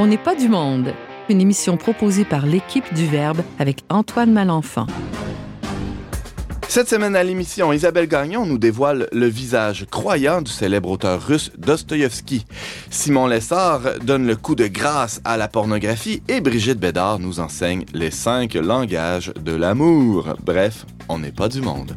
On n'est pas du monde, une émission proposée par l'équipe du Verbe avec Antoine Malenfant. Cette semaine à l'émission, Isabelle Gagnon nous dévoile le visage croyant du célèbre auteur russe Dostoïevski. Simon Lessard donne le coup de grâce à la pornographie et Brigitte Bédard nous enseigne les 5 langages de l'amour. Bref, on n'est pas du monde.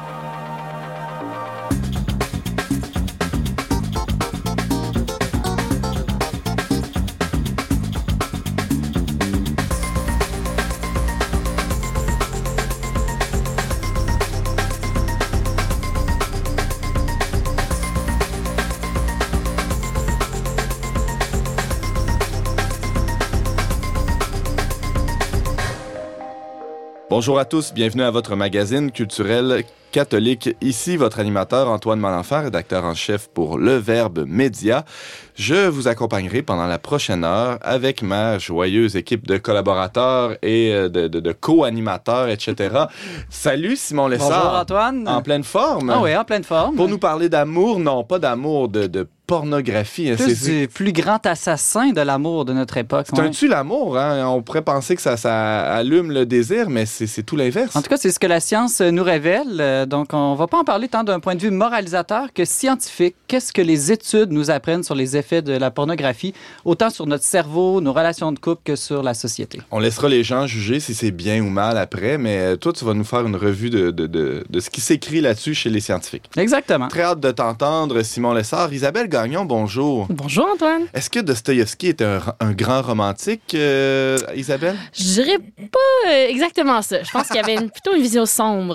Bonjour à tous, bienvenue à votre magazine culturel catholique. Ici, votre animateur Antoine Malenfant, rédacteur en chef pour Le Verbe Média. Je vous accompagnerai pendant la prochaine heure avec ma joyeuse équipe de collaborateurs et de co-animateurs, etc. Salut Simon Lessard. Bonjour Antoine. En pleine forme. Ah oui, en pleine forme. Pour nous parler d'amour, non pas d'amour, de pornographie. Plus du plus grand assassin de l'amour de notre époque. C'est un tue l'amour, hein? On pourrait penser que ça allume le désir, mais c'est tout l'inverse. En tout cas, c'est ce que la science nous révèle. Donc, on va pas en parler tant d'un point de vue moralisateur que scientifique. Qu'est-ce que les études nous apprennent sur les effets de la pornographie, autant sur notre cerveau, nos relations de couple que sur la société? On laissera les gens juger si c'est bien ou mal après, mais toi, tu vas nous faire une revue de ce qui s'écrit là-dessus chez les scientifiques. Exactement. Très hâte de t'entendre, Simon Lessard. Isabelle Gagnon, bonjour. Bonjour, Antoine. Est-ce que Dostoïevski est un grand romantique, Isabelle? Je dirais pas exactement ça. Je pense qu'il y avait plutôt une vision sombre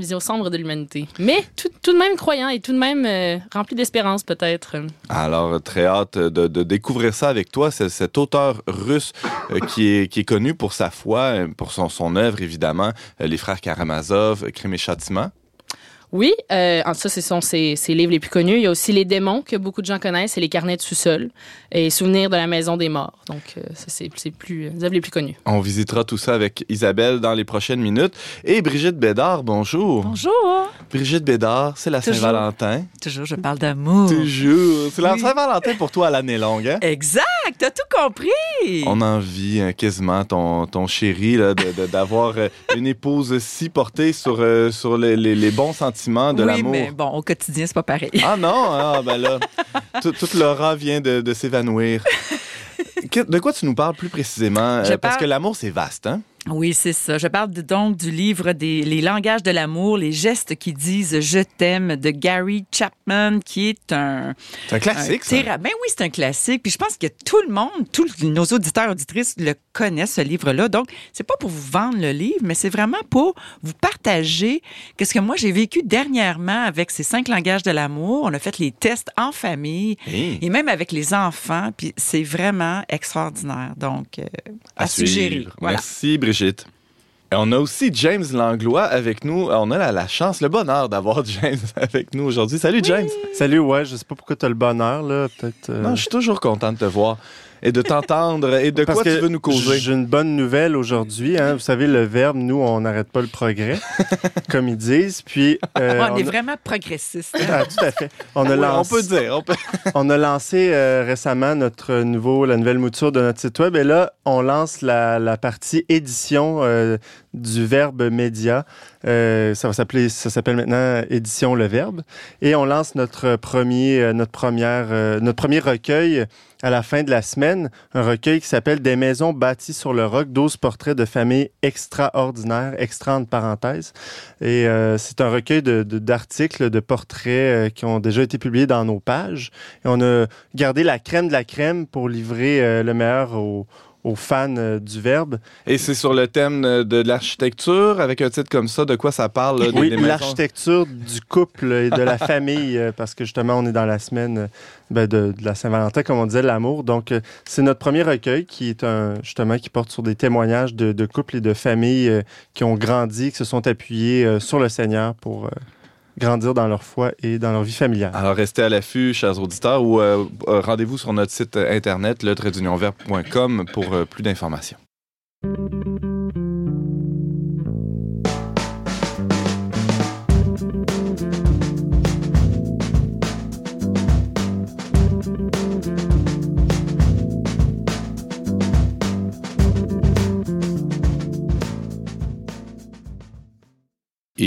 de l'humanité. Mais tout de même croyant et tout de même rempli d'espérance, peut-être. Alors, très hâte de découvrir ça avec toi. C'est cet auteur russe qui est connu pour sa foi, pour son œuvre, évidemment, les frères Karamazov, Crime et Châtiment. Oui, ça, ce sont ses livres les plus connus. Il y a aussi Les démons, que beaucoup de gens connaissent, et Les carnets de sous-sol, et Souvenirs de la maison des morts. Donc, ça, c'est les œuvres les plus connues. On visitera tout ça avec Isabelle dans les prochaines minutes. Et Brigitte Bédard, bonjour. Bonjour. Brigitte Bédard, c'est la Saint-Valentin. Toujours, je parle d'amour. Toujours. C'est la Saint-Valentin pour toi à l'année longue, hein? Exact, t'as tout compris. On envie quasiment ton chéri là, d'avoir une épouse si portée sur les bons sentiments de l'amour. Oui, mais bon, au quotidien, c'est pas pareil. Ah non? Ben là, toute l'aura vient de s'évanouir. De quoi tu nous parles plus précisément? Parce que l'amour, c'est vaste, hein? Oui, c'est ça. Je parle donc du livre Les langages de l'amour, les gestes qui disent « je t'aime » de Gary Chapman, qui est un... C'est un classique, ça. Ben oui, c'est un classique. Puis je pense que tout le monde, tous nos auditeurs et auditrices le connaissent, ce livre-là. Donc, c'est pas pour vous vendre le livre, mais c'est vraiment pour vous partager qu'est-ce que moi, j'ai vécu dernièrement avec ces 5 langages de l'amour. On a fait les tests en famille et même avec les enfants. Puis c'est vraiment extraordinaire. Donc, à suggérer. Voilà. Merci, Brigitte. Et on a aussi James Langlois avec nous. On a la chance, le bonheur d'avoir James avec nous aujourd'hui. Salut, James. Oui. Salut, ouais, je sais pas pourquoi tu as le bonheur, là, peut-être... Non, je suis toujours content de te voir et de t'entendre. Et de quoi tu veux nous causer? J'ai une bonne nouvelle aujourd'hui. Hein. Vous savez, le Verbe, nous, on n'arrête pas le progrès, comme ils disent. Puis, on est vraiment progressiste. Ah, tout à fait. On peut dire. On a lancé récemment la nouvelle mouture de notre site web. Et là, on lance la partie édition du Verbe Média. Ça s'appelle maintenant Édition Le Verbe. Et on lance notre premier recueil à la fin de la semaine, un recueil qui s'appelle Des maisons bâties sur le roc, 12 portraits de familles extraordinaires, extra entre parenthèses. Et c'est un recueil d'articles, de portraits qui ont déjà été publiés dans nos pages. Et on a gardé la crème de la crème pour livrer le meilleur aux fans du Verbe. Et c'est sur le thème de l'architecture, avec un titre comme ça, de quoi ça parle? Là, oui, des maisons? L'architecture du couple et de la famille, parce que justement, on est dans la semaine de la Saint-Valentin, comme on disait, l'amour. Donc, c'est notre premier recueil qui est qui porte sur des témoignages de couples et de familles qui ont grandi, qui se sont appuyés sur le Seigneur pour... grandir dans leur foi et dans leur vie familiale. Alors, restez à l'affût, chers auditeurs, ou rendez-vous sur notre site internet, le-verbe.com, pour plus d'informations.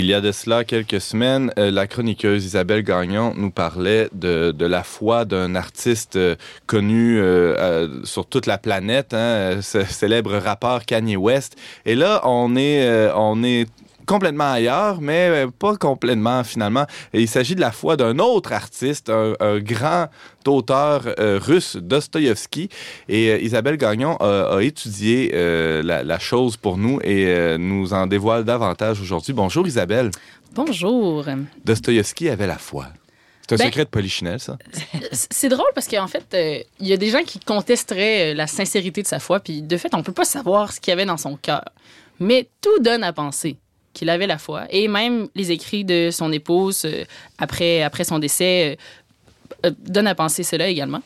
y a de cela quelques semaines, la chroniqueuse Isabelle Gagnon nous parlait de la foi d'un artiste connu sur toute la planète, ce célèbre rappeur Kanye West. Et là, on est complètement ailleurs, mais pas complètement finalement. Et il s'agit de la foi d'un autre artiste, un grand auteur russe, Dostoïevski. Et Isabelle Gagnon a étudié la chose pour nous et nous en dévoile davantage aujourd'hui. Bonjour Isabelle. Bonjour. Dostoïevski avait la foi. C'est un secret de Polichinelle, ça? C'est drôle parce qu'en fait, il y a des gens qui contesteraient la sincérité de sa foi, puis de fait, on ne peut pas savoir ce qu'il y avait dans son cœur. Mais tout donne à penser qu'il avait la foi. Et même les écrits de son épouse après son décès donnent à penser cela également.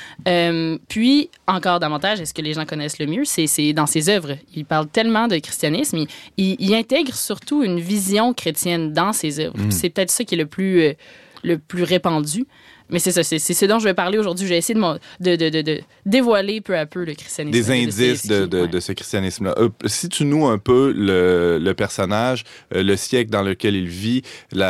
Puis, encore davantage, est-ce que les gens connaissent le mieux? C'est dans ses œuvres. Il parle tellement de christianisme. Il intègre surtout une vision chrétienne dans ses œuvres. C'est peut-être ça qui est le plus répandu. Mais c'est ça, c'est ce dont je vais parler aujourd'hui. Je vais essayer de dévoiler peu à peu le christianisme. Des indices de ce christianisme-là. Si tu noues un peu le personnage, le siècle dans lequel il vit,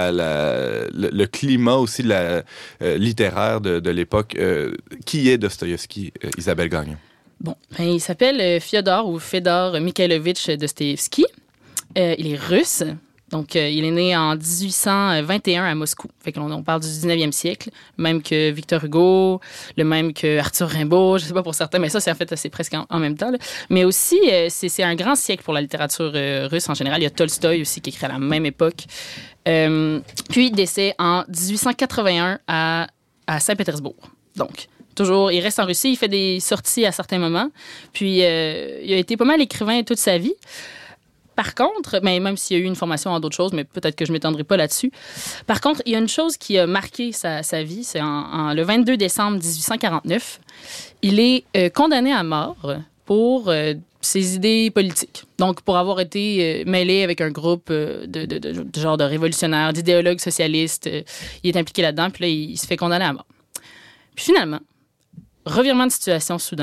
le climat aussi littéraire de l'époque, qui est Dostoïevski, Isabelle Gagnon? Bon, il s'appelle Fyodor ou Fedor Mikhailovitch Dostoïevski. Il est russe. Donc, il est né en 1821 à Moscou. Fait que on parle du 19e siècle, même que Victor Hugo, le même que Arthur Rimbaud, je sais pas pour certains, mais ça, c'est presque en même temps. Là. Mais aussi, c'est un grand siècle pour la littérature russe en général. Il y a Tolstoï aussi qui écrit à la même époque. Puis, décès en 1881 à Saint-Pétersbourg. Donc, toujours, il reste en Russie, il fait des sorties à certains moments. Puis, il a été pas mal écrivain toute sa vie. Par contre, mais même s'il y a eu une formation en d'autres choses, mais peut-être que je ne m'étendrai pas là-dessus. Par contre, il y a une chose qui a marqué sa vie, c'est le 22 décembre 1849. Il est condamné à mort pour ses idées politiques. Donc, pour avoir été mêlé avec un groupe de genre de révolutionnaires, d'idéologues socialistes. Il est impliqué là-dedans, puis là, il se fait condamner à mort. Puis finalement, revirement de situation soudain,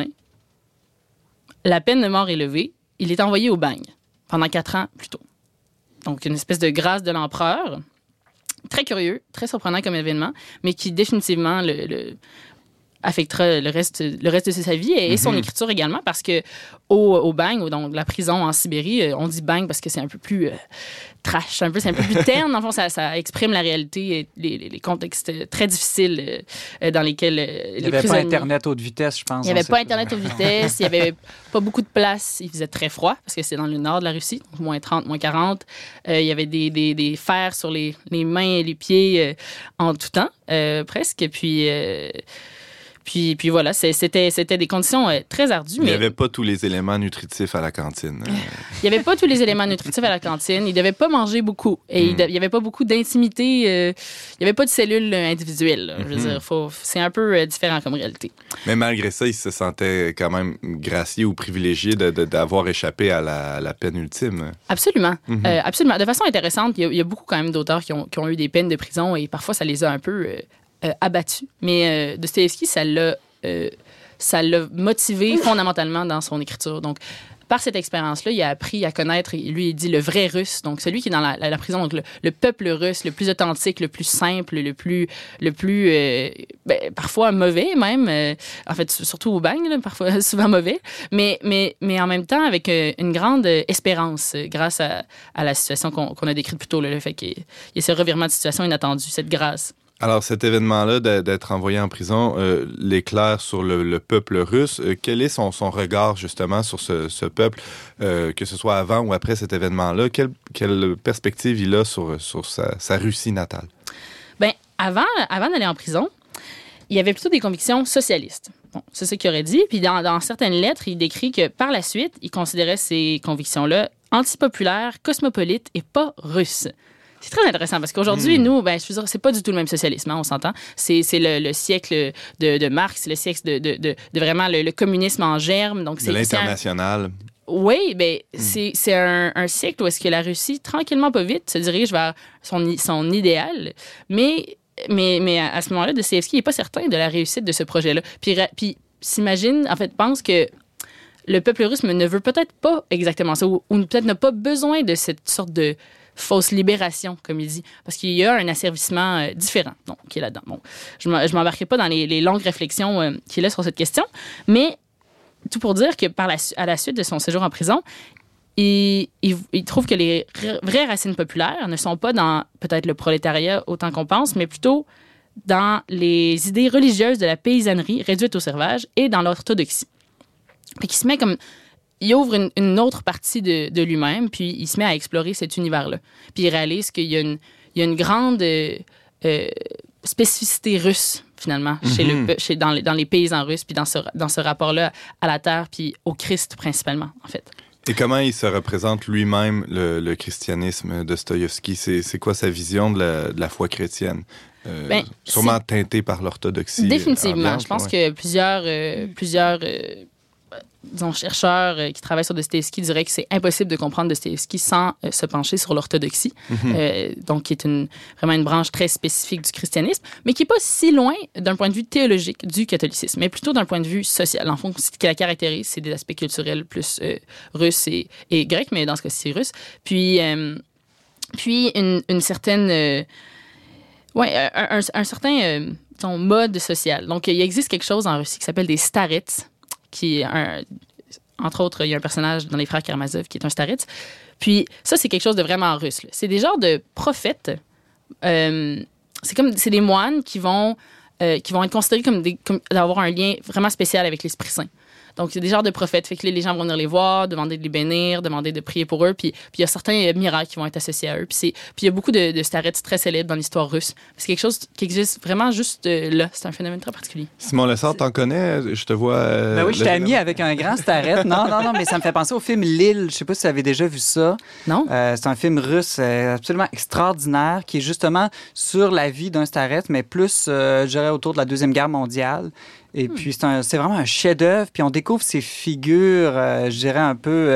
la peine de mort est levée, il est envoyé au bagne. Pendant 4 ans plus tôt. Donc, une espèce de grâce de l'empereur. Très curieux, très surprenant comme événement, mais qui définitivement affectera le reste de sa vie et son écriture également, parce que au bagne, donc la prison en Sibérie, on dit bagne parce que c'est un peu plus trash, c'est un peu plus terne. En fond, ça exprime la réalité et les contextes très difficiles dans lesquels les prisonniers... Il n'y avait pas Internet haute vitesse, je pense. Il n'y avait pas Internet haute vitesse, il n'y avait pas beaucoup de place. Il faisait très froid, parce que c'est dans le nord de la Russie, donc moins 30, moins 40. Il y avait des fers sur les mains et les pieds en tout temps, presque. Puis voilà, c'était des conditions très ardues. Il n'y avait pas tous les éléments nutritifs à la cantine. Il n'y avait pas tous les éléments nutritifs à la cantine. Il ne devait pas manger beaucoup. Et il n'y avait pas beaucoup d'intimité. Il n'y avait pas de cellules individuelles. Je veux dire, c'est un peu différent comme réalité. Mais malgré ça, il se sentait quand même gracié ou privilégié d'avoir échappé à la peine ultime. Absolument. Absolument. De façon intéressante, il y a beaucoup quand même d'auteurs qui ont eu des peines de prison et parfois ça les a un peu... abattu. Mais Dostoïevski, ça l'a motivé fondamentalement dans son écriture. Donc, par cette expérience-là, il a appris à connaître, lui, il dit le vrai russe, donc celui qui est dans la prison, donc le peuple russe, le plus authentique, le plus simple, le plus parfois mauvais même, en fait, surtout au bagne, là, parfois souvent mauvais, mais en même temps avec une grande espérance grâce à la situation qu'on a décrite plus tôt, là, le fait qu'il y a ce revirement de situation inattendu, cette grâce. Alors, cet événement-là, d'être envoyé en prison, l'éclaire sur le peuple russe, quel est son regard, justement, sur ce peuple, que ce soit avant ou après cet événement-là? Quelle perspective il a sur sa Russie natale? Bien, avant d'aller en prison, il y avait plutôt des convictions socialistes. Bon, c'est ce qu'il aurait dit. Puis dans certaines lettres, il décrit que par la suite, il considérait ces convictions-là antipopulaires, cosmopolites et pas russes. C'est très intéressant parce qu'aujourd'hui, nous, je veux dire, c'est pas du tout le même socialisme, on s'entend. C'est le siècle de Marx, le siècle de vraiment le communisme en germe. Donc de l'international. Oui, c'est un siècle où est-ce que la Russie, tranquillement pas vite, se dirige vers son idéal. Mais à ce moment-là, Dostoïevski n'est pas certain de la réussite de ce projet-là. Puis s'imagine, en fait, pense que le peuple russe ne veut peut-être pas exactement ça, ou peut-être n'a pas besoin de cette sorte de fausse libération, comme il dit, parce qu'il y a un asservissement différent qui est là-dedans. Bon, je ne m'embarquerai pas dans les longues réflexions qu'il a sur cette question, mais tout pour dire que à la suite de son séjour en prison, il trouve que les vraies racines populaires ne sont pas dans peut-être le prolétariat autant qu'on pense, mais plutôt dans les idées religieuses de la paysannerie réduite au servage et dans l'orthodoxie. Puis qu'il se met comme... Il ouvre une autre partie de lui-même, puis il se met à explorer cet univers-là. Puis il réalise qu'il y a une grande spécificité russe, finalement, dans les paysans russes, puis dans ce rapport-là à la terre, puis au Christ, principalement, en fait. Et comment il se représente lui-même, le christianisme, Dostoïevski? C'est quoi sa vision de la foi chrétienne? Sûrement teintée par l'orthodoxie. Définitivement. ambiante, Je pense que plusieurs disons, chercheurs qui travaillent sur Dostoïevski diraient que c'est impossible de comprendre Dostoïevski sans se pencher sur l'orthodoxie, donc qui est vraiment une branche très spécifique du christianisme, mais qui n'est pas si loin d'un point de vue théologique du catholicisme, mais plutôt d'un point de vue social. En fond, ce qui la caractérise, c'est des aspects culturels plus russes et grecs, mais dans ce cas-ci, russes. Puis une certaine... un certain mode social. Donc, il existe quelque chose en Russie qui s'appelle des starets, qui est entre autres, il y a un personnage dans les frères Karamazov qui est un staret. Puis ça, c'est quelque chose de vraiment russe, là. C'est des genres de prophètes. C'est des moines qui vont être considérés comme d'avoir un lien vraiment spécial avec l'Esprit Saint. Donc, c'est des genres de prophètes. Fait que les gens vont venir les voir, demander de les bénir, demander de prier pour eux. Puis il y a certains miracles qui vont être associés à eux. Puis il y a beaucoup de starets très célèbres dans l'histoire russe. C'est quelque chose qui existe vraiment juste là. C'est un phénomène très particulier. Simon Lessard, t'en connais? Je te vois... Ben oui, je t'ai ami avec un grand staret. Non, mais ça me fait penser au film L'Île. Je sais pas si vous avez déjà vu ça. Non? C'est un film russe absolument extraordinaire qui est justement sur la vie d'un staret, mais plus, je dirais, autour de la Deuxième Guerre mondiale. Et puis, c'est vraiment un chef-d'œuvre. Puis, on découvre ces figures, je dirais, un peu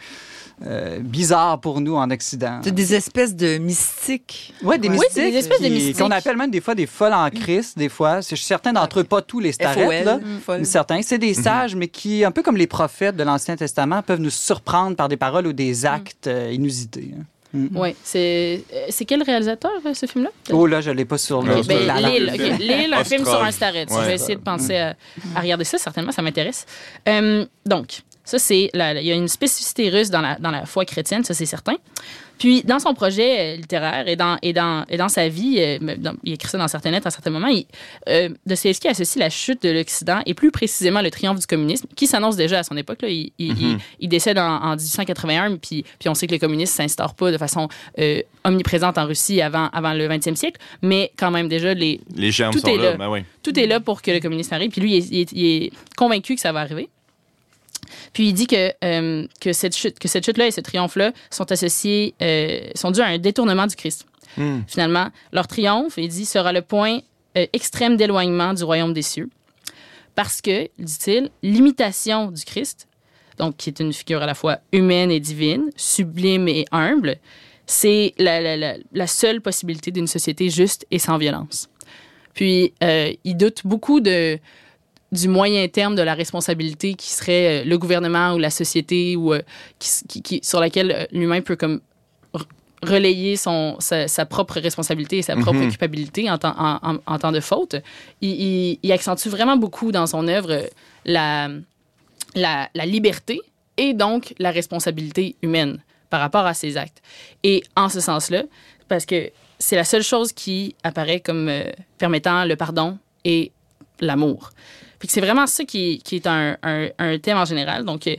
bizarres pour nous en Occident. C'est des espèces de mystiques. Oui, des mystiques. Oui, des espèces de mystiques. Qu'on appelle même des fois des folles en Christ, des fois. C'est certains d'entre eux, pas tous les starets, là, mais certains. C'est des sages, mais qui, un peu comme les prophètes de l'Ancien Testament, peuvent nous surprendre par des paroles ou des actes inusités. Oui. C'est quel réalisateur, ce film-là? Oh là, je ne l'ai pas sur le... L'Île, un film sur un staret. Je vais essayer de penser à regarder ça. Certainement, ça m'intéresse. Donc, ça, il y a une spécificité russe dans la foi chrétienne, ça, c'est certain. Puis, dans son projet littéraire et dans sa vie, il écrit ça dans certaines lettres à certains moments, Dostoïevski associe la chute de l'Occident et plus précisément le triomphe du communisme, qui s'annonce déjà à son époque. Là. Il décède en 1881, puis on sait que le communisme ne s'instaure pas de façon omniprésente en Russie avant le 20e siècle, mais quand même déjà, les germes sont là. Ben oui. Tout est là pour que le communisme arrive, puis lui, il est convaincu que ça va arriver. Puis il dit que cette chute-là et ce triomphe-là sont associés, sont dus à un détournement du Christ. Finalement, leur triomphe, il dit, sera le point extrême d'éloignement du royaume des cieux. Parce que, dit-il, l'imitation du Christ, donc qui est une figure à la fois humaine et divine, sublime et humble, c'est la seule possibilité d'une société juste et sans violence. Puis il doute beaucoup du moyen terme de la responsabilité qui serait le gouvernement ou la société ou sur laquelle l'humain peut comme relayer sa propre responsabilité et sa propre culpabilité en temps de faute. Il accentue vraiment beaucoup dans son œuvre la liberté et donc la responsabilité humaine par rapport à ses actes. Et en ce sens-là, parce que c'est la seule chose qui apparaît comme permettant le pardon et l'amour. Puis c'est vraiment ça qui est un thème en général. Donc,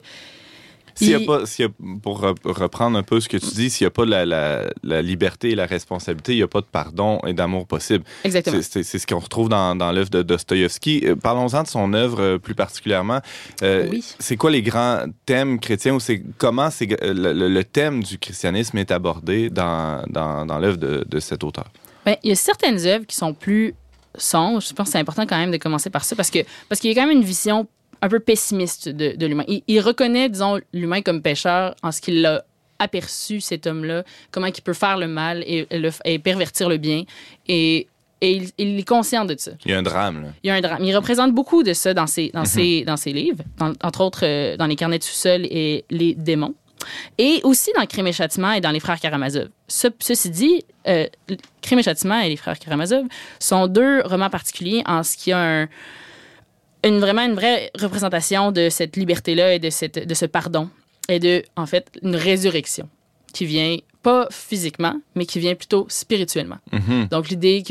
pour reprendre un peu ce que tu dis, s'il n'y a pas la liberté et la responsabilité, il n'y a pas de pardon et d'amour possible. Exactement. C'est ce qu'on retrouve dans l'œuvre de Dostoïevski. Parlons-en de son œuvre plus particulièrement. Oui. C'est quoi les grands thèmes chrétiens ou comment le thème du christianisme est abordé dans l'œuvre de cet auteur? Bien, il y a certaines œuvres qui sont plus sombres. Je pense que c'est important quand même de commencer par ça parce qu'il y a quand même une vision un peu pessimiste de l'humain. Il reconnaît, disons, l'humain comme pécheur en ce qu'il a aperçu, cet homme-là, comment il peut faire le mal et pervertir le bien. Et il est conscient de ça. Il y a un drame, là. Il y a un drame. Il représente beaucoup de ça dans ses livres, entre autres dans Les carnets de sous-sol et Les démons. Et aussi dans Crime et Châtiment et dans Les Frères Karamazov. Ceci dit, Crime et Châtiment et Les Frères Karamazov sont 2 romans particuliers en ce qui a une vraie représentation de cette liberté-là et de ce pardon et en fait, une résurrection qui vient pas physiquement, mais qui vient plutôt spirituellement. Mm-hmm. Donc, l'idée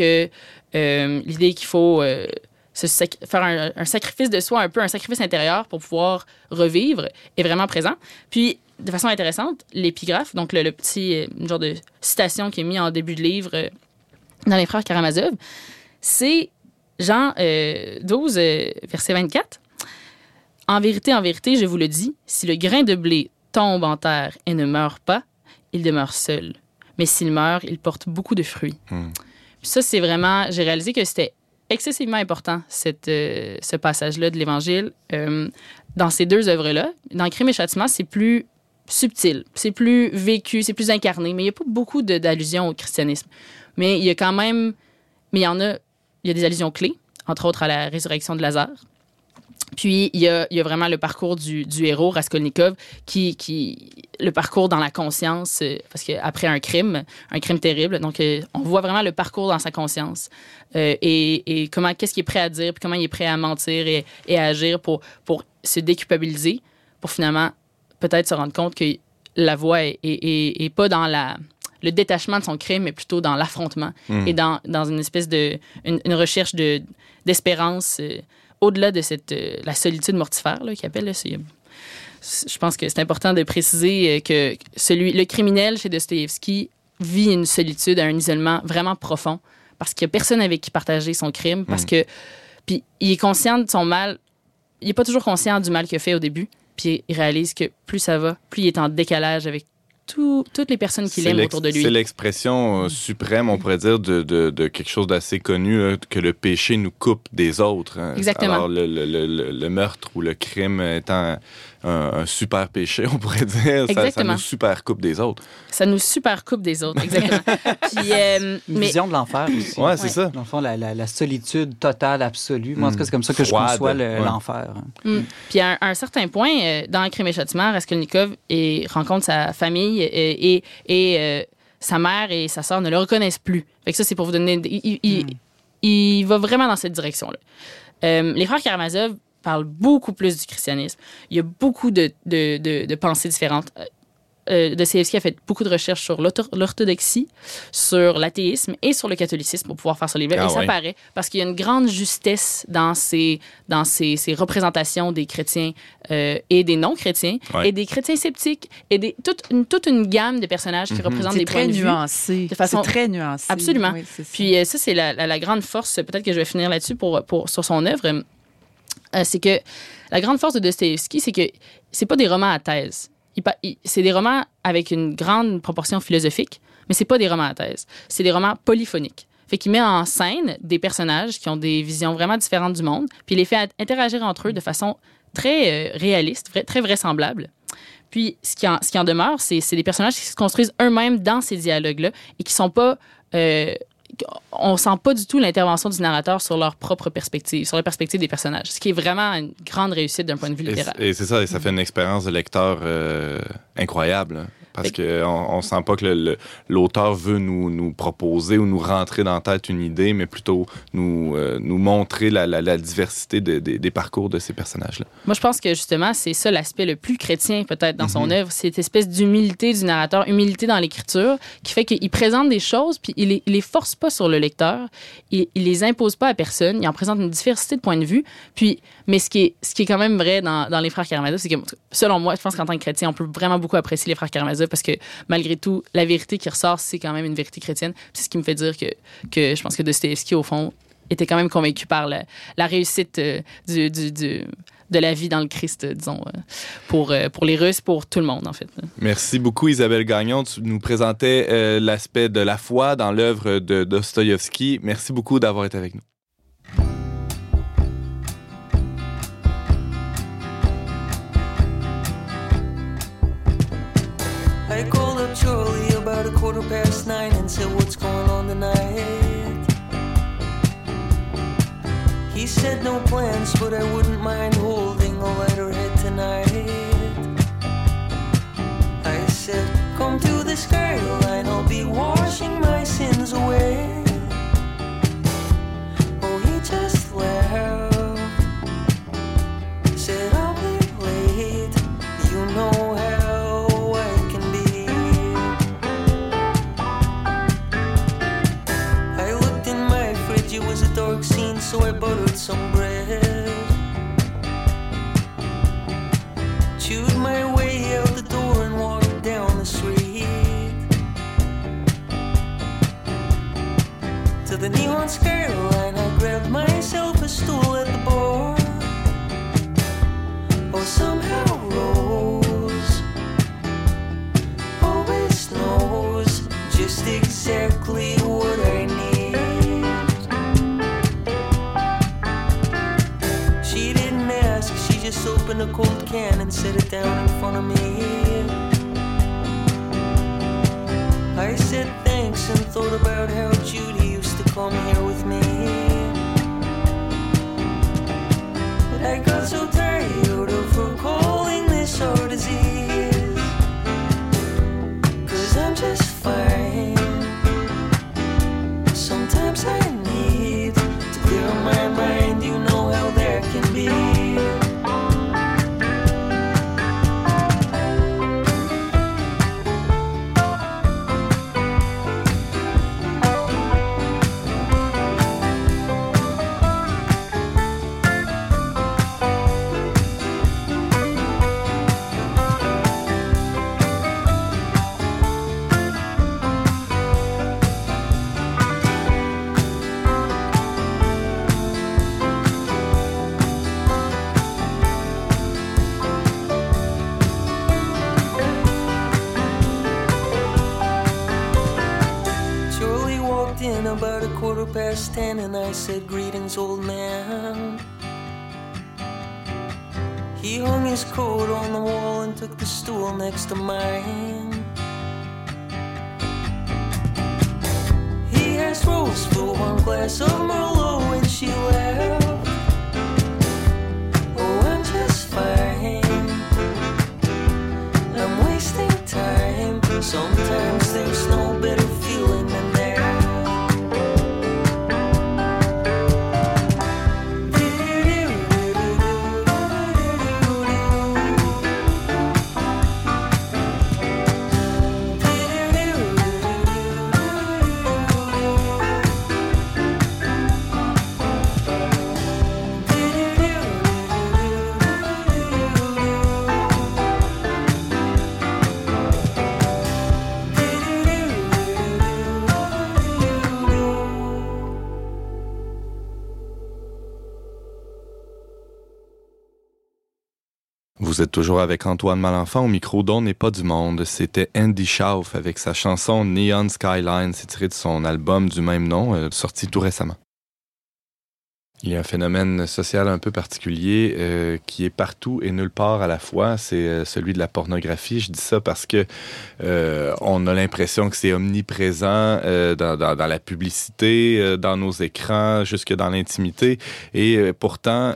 qu'il faut faire un sacrifice de soi, un peu un sacrifice intérieur pour pouvoir revivre, est vraiment présent. Puis, de façon intéressante, l'épigraphe, donc le petit genre de citation qui est mis en début de livre dans Les Frères Karamazov, c'est Jean 12, verset 24. « En vérité, je vous le dis, si le grain de blé tombe en terre et ne meurt pas, il demeure seul. Mais s'il meurt, il porte beaucoup de fruits. » Puis ça, c'est vraiment... J'ai réalisé que c'était excessivement important, ce passage-là de l'Évangile. Dans ces 2 œuvres-là, dans Crime et Châtiment, c'est plus subtil, c'est plus vécu, c'est plus incarné, mais il n'y a pas beaucoup d'allusions au christianisme. Mais il y a quand même... Mais il y a des allusions clés, entre autres à la résurrection de Lazare. Puis, il y a vraiment le parcours du héros, Raskolnikov, le parcours dans la conscience, parce qu'après un crime terrible, donc on voit vraiment le parcours dans sa conscience et qu'est-ce qu'il est prêt à dire, puis comment il est prêt à mentir et à agir pour se déculpabiliser, pour finalement peut-être se rendre compte que la voie est pas dans le détachement de son crime, mais plutôt dans l'affrontement et dans une espèce une recherche d'espérance au-delà de la solitude mortifère qu'il appelle. Là, je pense que c'est important de préciser que le criminel chez Dostoïevski vit une solitude, un isolement vraiment profond parce qu'il n'y a personne avec qui partager son crime, parce que puis il est conscient de son mal. Il n'est pas toujours conscient du mal qu'il a fait au début, puis il réalise que plus ça va, plus il est en décalage avec toutes les personnes qu'il aime autour de lui. C'est l'expression suprême, on pourrait dire, de quelque chose d'assez connu, là, que le péché nous coupe des autres. Hein. Exactement. Alors, le meurtre ou le crime étant un super péché, on pourrait dire, ça nous super coupe des autres. Ça nous super coupe des autres, exactement. Puis, une vision de l'enfer aussi. Ouais, c'est ça. Dans le fond, la solitude totale, absolue. Moi, en tout cas, c'est comme ça que je conçois l'enfer. Puis, à un certain point, dans Crime et Châtiment, Raskolnikov rencontre sa famille et sa mère et sa sœur ne le reconnaissent plus. Fait que ça, c'est pour vous donner... Il va vraiment dans cette direction-là. Les frères Karamazov parlent beaucoup plus du christianisme. Il y a beaucoup de pensées différentes. Dostoïevski a fait beaucoup de recherches sur l'orthodoxie, sur l'athéisme et sur le catholicisme pour pouvoir faire ce livre. Et ça paraît parce qu'il y a une grande justesse dans ces représentations des chrétiens et des non-chrétiens et des chrétiens sceptiques et toute une gamme de personnages qui représentent des points de vue. C'est très nuancé. Absolument. Oui, puis ça, c'est la grande force, peut-être que je vais finir là-dessus sur son œuvre, c'est que la grande force de Dostoïevski, c'est que c'est pas des romans à thèse. C'est des romans avec une grande proportion philosophique, mais c'est pas des romans à thèse. C'est des romans polyphoniques. Fait qu'il met en scène des personnages qui ont des visions vraiment différentes du monde, puis il les fait interagir entre eux de façon très réaliste, très vraisemblable. Puis, ce qui en demeure, c'est des personnages qui se construisent eux-mêmes dans ces dialogues-là et qui sont pas... on sent pas du tout l'intervention du narrateur sur leur propre perspective, sur la perspective des personnages, ce qui est vraiment une grande réussite d'un point de vue littéraire. Et c'est ça, et ça fait une expérience de lecteur incroyable, hein, parce qu'on sent pas que l'auteur veut nous proposer ou nous rentrer dans la tête une idée, mais plutôt nous montrer la diversité des parcours de ces personnages-là. Moi, je pense que justement, c'est ça l'aspect le plus chrétien peut-être dans son œuvre, c'est cette espèce d'humilité du narrateur, humilité dans l'écriture, qui fait qu'il présente des choses, puis il les force pas sur le lecteur, il les impose pas à personne, il en présente une diversité de points de vue, mais ce qui est quand même vrai dans les frères Karamazov, c'est que, selon moi, je pense qu'en tant que chrétien, on peut vraiment beaucoup apprécier les frères Karamazov parce que, malgré tout, la vérité qui ressort, c'est quand même une vérité chrétienne. C'est ce qui me fait dire que je pense que Dostoïevski, au fond, était quand même convaincu par la réussite de la vie dans le Christ, disons, pour les Russes, pour tout le monde, en fait. Merci beaucoup, Isabelle Gagnon. Tu nous présentais l'aspect de la foi dans l'œuvre de Dostoïevski. Merci beaucoup d'avoir été avec nous. I called up Charlie about 9:15 and said, "What's going on tonight?" He said no plans, but I wouldn't mind holding a lighter head tonight. said, come to the skyline, I'll be washing my sins away. Oh, he just laughed, said, I'll be late, you know how I can be. I looked in my fridge, it was a dark scene, so I buttered some bread. Chewed my way out the door and walked down the street to the neon skyline. I grabbed myself a stool at the bar. Oh, somehow Rose always knows just exactly what I need. She didn't ask, she just opened a cold can and set it down in front of me. I said thanks and thought about how Judy used to come here with me. But I got so tired of her calling this our disease. 'Cause I'm just fine. Sometimes I need to clear my mind, you know how that can be. About 10:15 and I said, greetings, old man. He hung his coat on the wall and took the stool next to mine. He asked Rose for one glass of Merlot and she laughed. Oh, I'm just fine. I'm wasting time. Sometimes there's no better feeling than that. Vous êtes toujours avec Antoine Malenfant au micro d'On n'est pas du monde. C'était Andy Schauf avec sa chanson Neon Skyline. C'est tiré de son album du même nom, sorti tout récemment. Il y a un phénomène social un peu particulier qui est partout et nulle part à la fois. C'est celui de la pornographie. Je dis ça parce que on a l'impression que c'est omniprésent dans la publicité, dans nos écrans, jusque dans l'intimité. Et pourtant,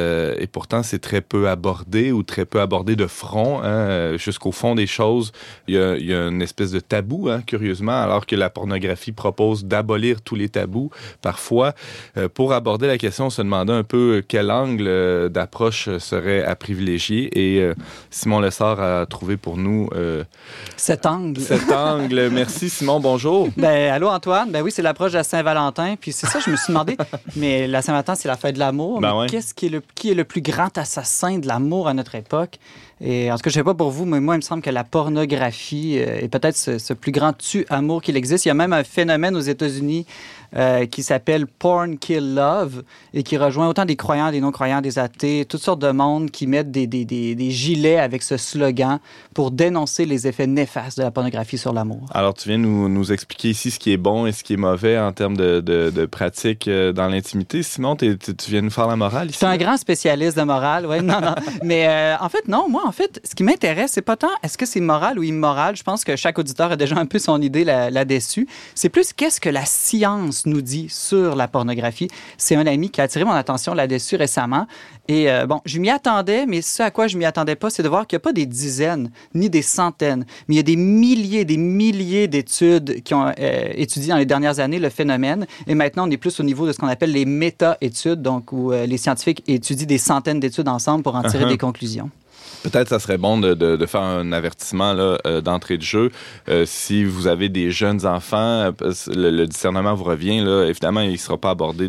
c'est très peu abordé ou très peu abordé de front, jusqu'au fond des choses. Il y a une espèce de tabou, curieusement, alors que la pornographie propose d'abolir tous les tabous. Parfois, pour aborder la question, on se demandait un peu quel angle d'approche serait à privilégier et Simon Lessard a trouvé pour nous cet angle. Merci Simon, bonjour. Allô Antoine, oui, c'est l'approche de la Saint-Valentin, puis c'est ça, je me suis demandé, mais la Saint-Valentin, c'est la fête de l'amour, mais ouais. qui est le plus grand assassin de l'amour à notre époque? Et en tout cas, je ne sais pas pour vous, mais moi, il me semble que la pornographie est peut-être ce plus grand tue-amour qu'il existe. Il y a même un phénomène aux États-Unis qui s'appelle Porn Kill Love et qui rejoint autant des croyants, des non-croyants, des athées, toutes sortes de monde qui mettent des gilets avec ce slogan pour dénoncer les effets néfastes de la pornographie sur l'amour. Alors, tu viens nous expliquer ici ce qui est bon et ce qui est mauvais en termes de pratique dans l'intimité. Simon, tu viens nous faire la morale ici? Je suis un grand spécialiste de morale, oui. Non. Mais en fait, non. Moi, en fait, ce qui m'intéresse, c'est pas tant est-ce que c'est moral ou immoral. Je pense que chaque auditeur a déjà un peu son idée là-dessus. C'est plus qu'est-ce que la science nous dit sur la pornographie. C'est un ami qui a attiré mon attention là-dessus récemment. Et je m'y attendais, mais ce à quoi je m'y attendais pas, c'est de voir qu'il n'y a pas des dizaines ni des centaines, mais il y a des milliers d'études qui ont étudié dans les dernières années le phénomène. Et maintenant, on est plus au niveau de ce qu'on appelle les méta-études, donc où les scientifiques étudient des centaines d'études ensemble pour en tirer des conclusions. Peut-être ça serait bon de faire un avertissement là, d'entrée de jeu. Si vous avez des jeunes enfants, le discernement vous revient. Là, évidemment, il ne sera pas abordé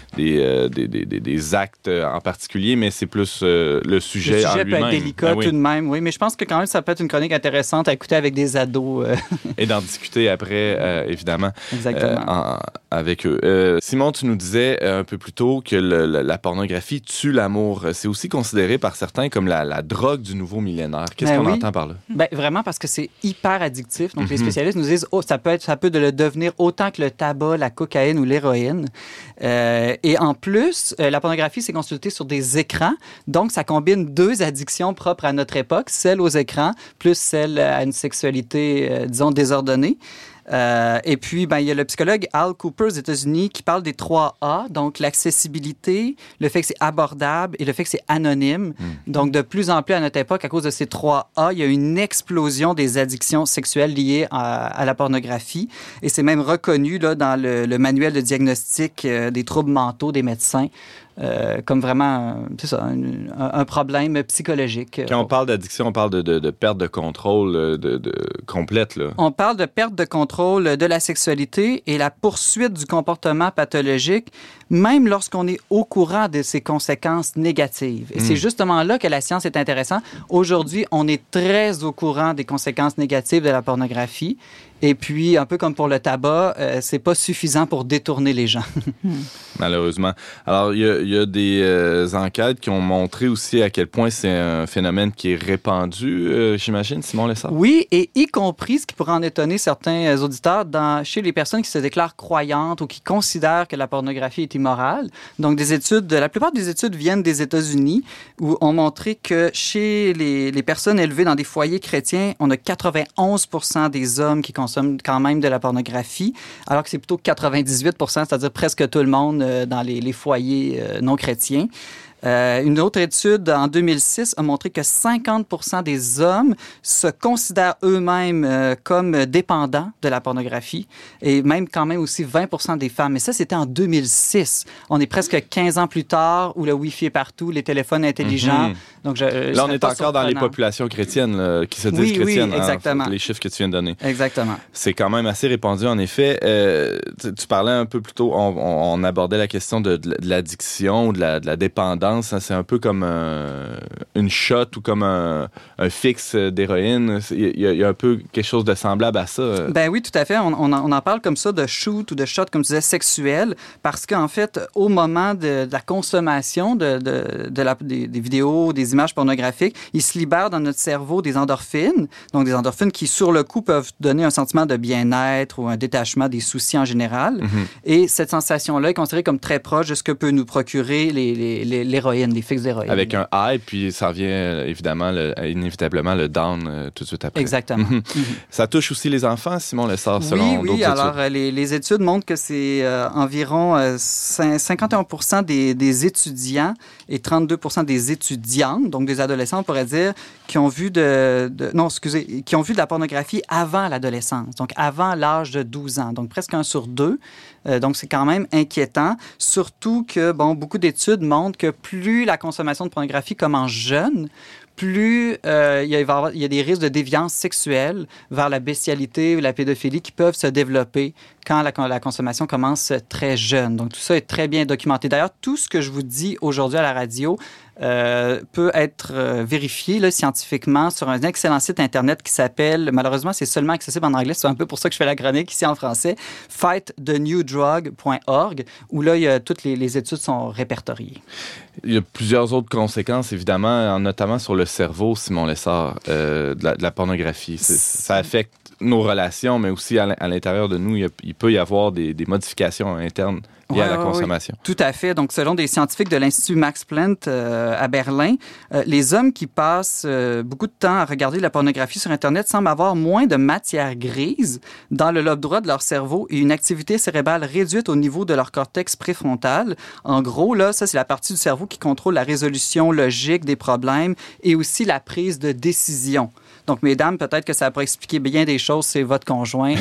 des actes en particulier, mais c'est plus le sujet en lui-même. Peut être délicat tout de même, oui. Mais je pense que quand même, ça peut être une chronique intéressante à écouter avec des ados. Et d'en discuter après, évidemment, avec eux. Simon, tu nous disais un peu plus tôt que la pornographie tue l'amour. C'est aussi considéré par certains comme la drogue du nouveau millénaire. Qu'est-ce qu'on entend par là? Ben, vraiment parce que c'est hyper addictif. Donc, les spécialistes nous disent ça peut le devenir autant que le tabac, la cocaïne ou l'héroïne. Et en plus, la pornographie, c'est consulté sur des écrans. Donc, ça combine deux addictions propres à notre époque, celle aux écrans plus celle à une sexualité, disons, désordonnée. Et puis, il y a le psychologue Al Cooper aux États-Unis qui parle des 3 A, donc l'accessibilité, le fait que c'est abordable et le fait que c'est anonyme. Donc, de plus en plus à notre époque, à cause de ces 3 A, il y a une explosion des addictions sexuelles liées à la pornographie. Et c'est même reconnu là, dans le manuel de diagnostic des troubles mentaux des médecins. Comme vraiment, c'est ça, un problème psychologique. Quand on parle d'addiction, on parle de perte de contrôle complète. Là. On parle de perte de contrôle de la sexualité et la poursuite du comportement pathologique, même lorsqu'on est au courant de ses conséquences négatives. Et c'est justement là que la science est intéressante. Aujourd'hui, on est très au courant des conséquences négatives de la pornographie. Et puis, un peu comme pour le tabac, c'est pas suffisant pour détourner les gens. Malheureusement. Alors, il y a des enquêtes qui ont montré aussi à quel point c'est un phénomène qui est répandu, j'imagine, Simon Lessard? Oui, et y compris, ce qui pourrait en étonner certains auditeurs, chez les personnes qui se déclarent croyantes ou qui considèrent que la pornographie est immorale. Donc, la plupart des études viennent des États-Unis où ont montré que chez les personnes élevées dans des foyers chrétiens, on a 91% des hommes qui consomment quand même de la pornographie, alors que c'est plutôt 98%, c'est-à-dire presque tout le monde dans les foyers non chrétiens. Une autre étude en 2006 a montré que 50% des hommes se considèrent eux-mêmes comme dépendants de la pornographie et même quand même aussi 20% des femmes. Mais ça, c'était en 2006. On est presque 15 ans plus tard où le Wi-Fi est partout, les téléphones intelligents. Donc, là, on est encore dans les populations chrétiennes là, qui se disent chrétiennes. Oui, exactement. Les chiffres que tu viens de donner. Exactement. C'est quand même assez répandu, en effet. Tu parlais un peu plus tôt, on abordait la question de l'addiction ou de la dépendance. C'est un peu comme une shot ou comme un fixe d'héroïne. Il y a un peu quelque chose de semblable à ça. Ben oui, tout à fait. On en parle comme ça de shoot ou de shot, comme tu disais, sexuel, parce qu'en fait, au moment de la consommation des vidéos, des images pornographiques, il se libère dans notre cerveau des endorphines, donc des endorphines qui, sur le coup, peuvent donner un sentiment de bien-être ou un détachement des soucis en général. Et cette sensation-là est considérée comme très proche de ce que peut nous procurer l'héroïne, les fixes d'héroïne. Avec un high, puis ça revient évidemment, inévitablement, le down tout de suite après. Exactement. Ça touche aussi les enfants, Simon Lessard, selon d'autres études. Oui, alors les études montrent que c'est environ 51% des étudiants et 32% des étudiantes, donc des adolescents, on pourrait dire, qui ont vu qui ont vu de la pornographie avant l'adolescence, donc avant l'âge de 12 ans, donc presque 1 sur 2. Donc, c'est quand même inquiétant, surtout que, beaucoup d'études montrent que plus la consommation de pornographie commence jeune, plus il y a des risques de déviance sexuelle vers la bestialité ou la pédophilie qui peuvent se développer quand la consommation commence très jeune. Donc, tout ça est très bien documenté. D'ailleurs, tout ce que je vous dis aujourd'hui à la radio peut être vérifié là, scientifiquement sur un excellent site Internet qui s'appelle, malheureusement, c'est seulement accessible en anglais, c'est un peu pour ça que je fais la chronique ici en français, fightthenewdrug.org, où là, toutes les études sont répertoriées. Il y a plusieurs autres conséquences, évidemment, notamment sur le cerveau, Simon Lessard, de la pornographie. Ça affecte nos relations, mais aussi à l'intérieur de nous, il peut y avoir des modifications internes liées à Ouais, la ouais, consommation. Tout à fait. Donc, selon des scientifiques de l'Institut Max Planck à Berlin, les hommes qui passent beaucoup de temps à regarder la pornographie sur Internet semblent avoir moins de matière grise dans le lobe droit de leur cerveau et une activité cérébrale réduite au niveau de leur cortex préfrontal. En gros, là, ça, c'est la partie du cerveau qui contrôle la résolution logique des problèmes et aussi la prise de décision. Donc, mesdames, peut-être que ça pourrait expliquer bien des choses, c'est votre conjoint.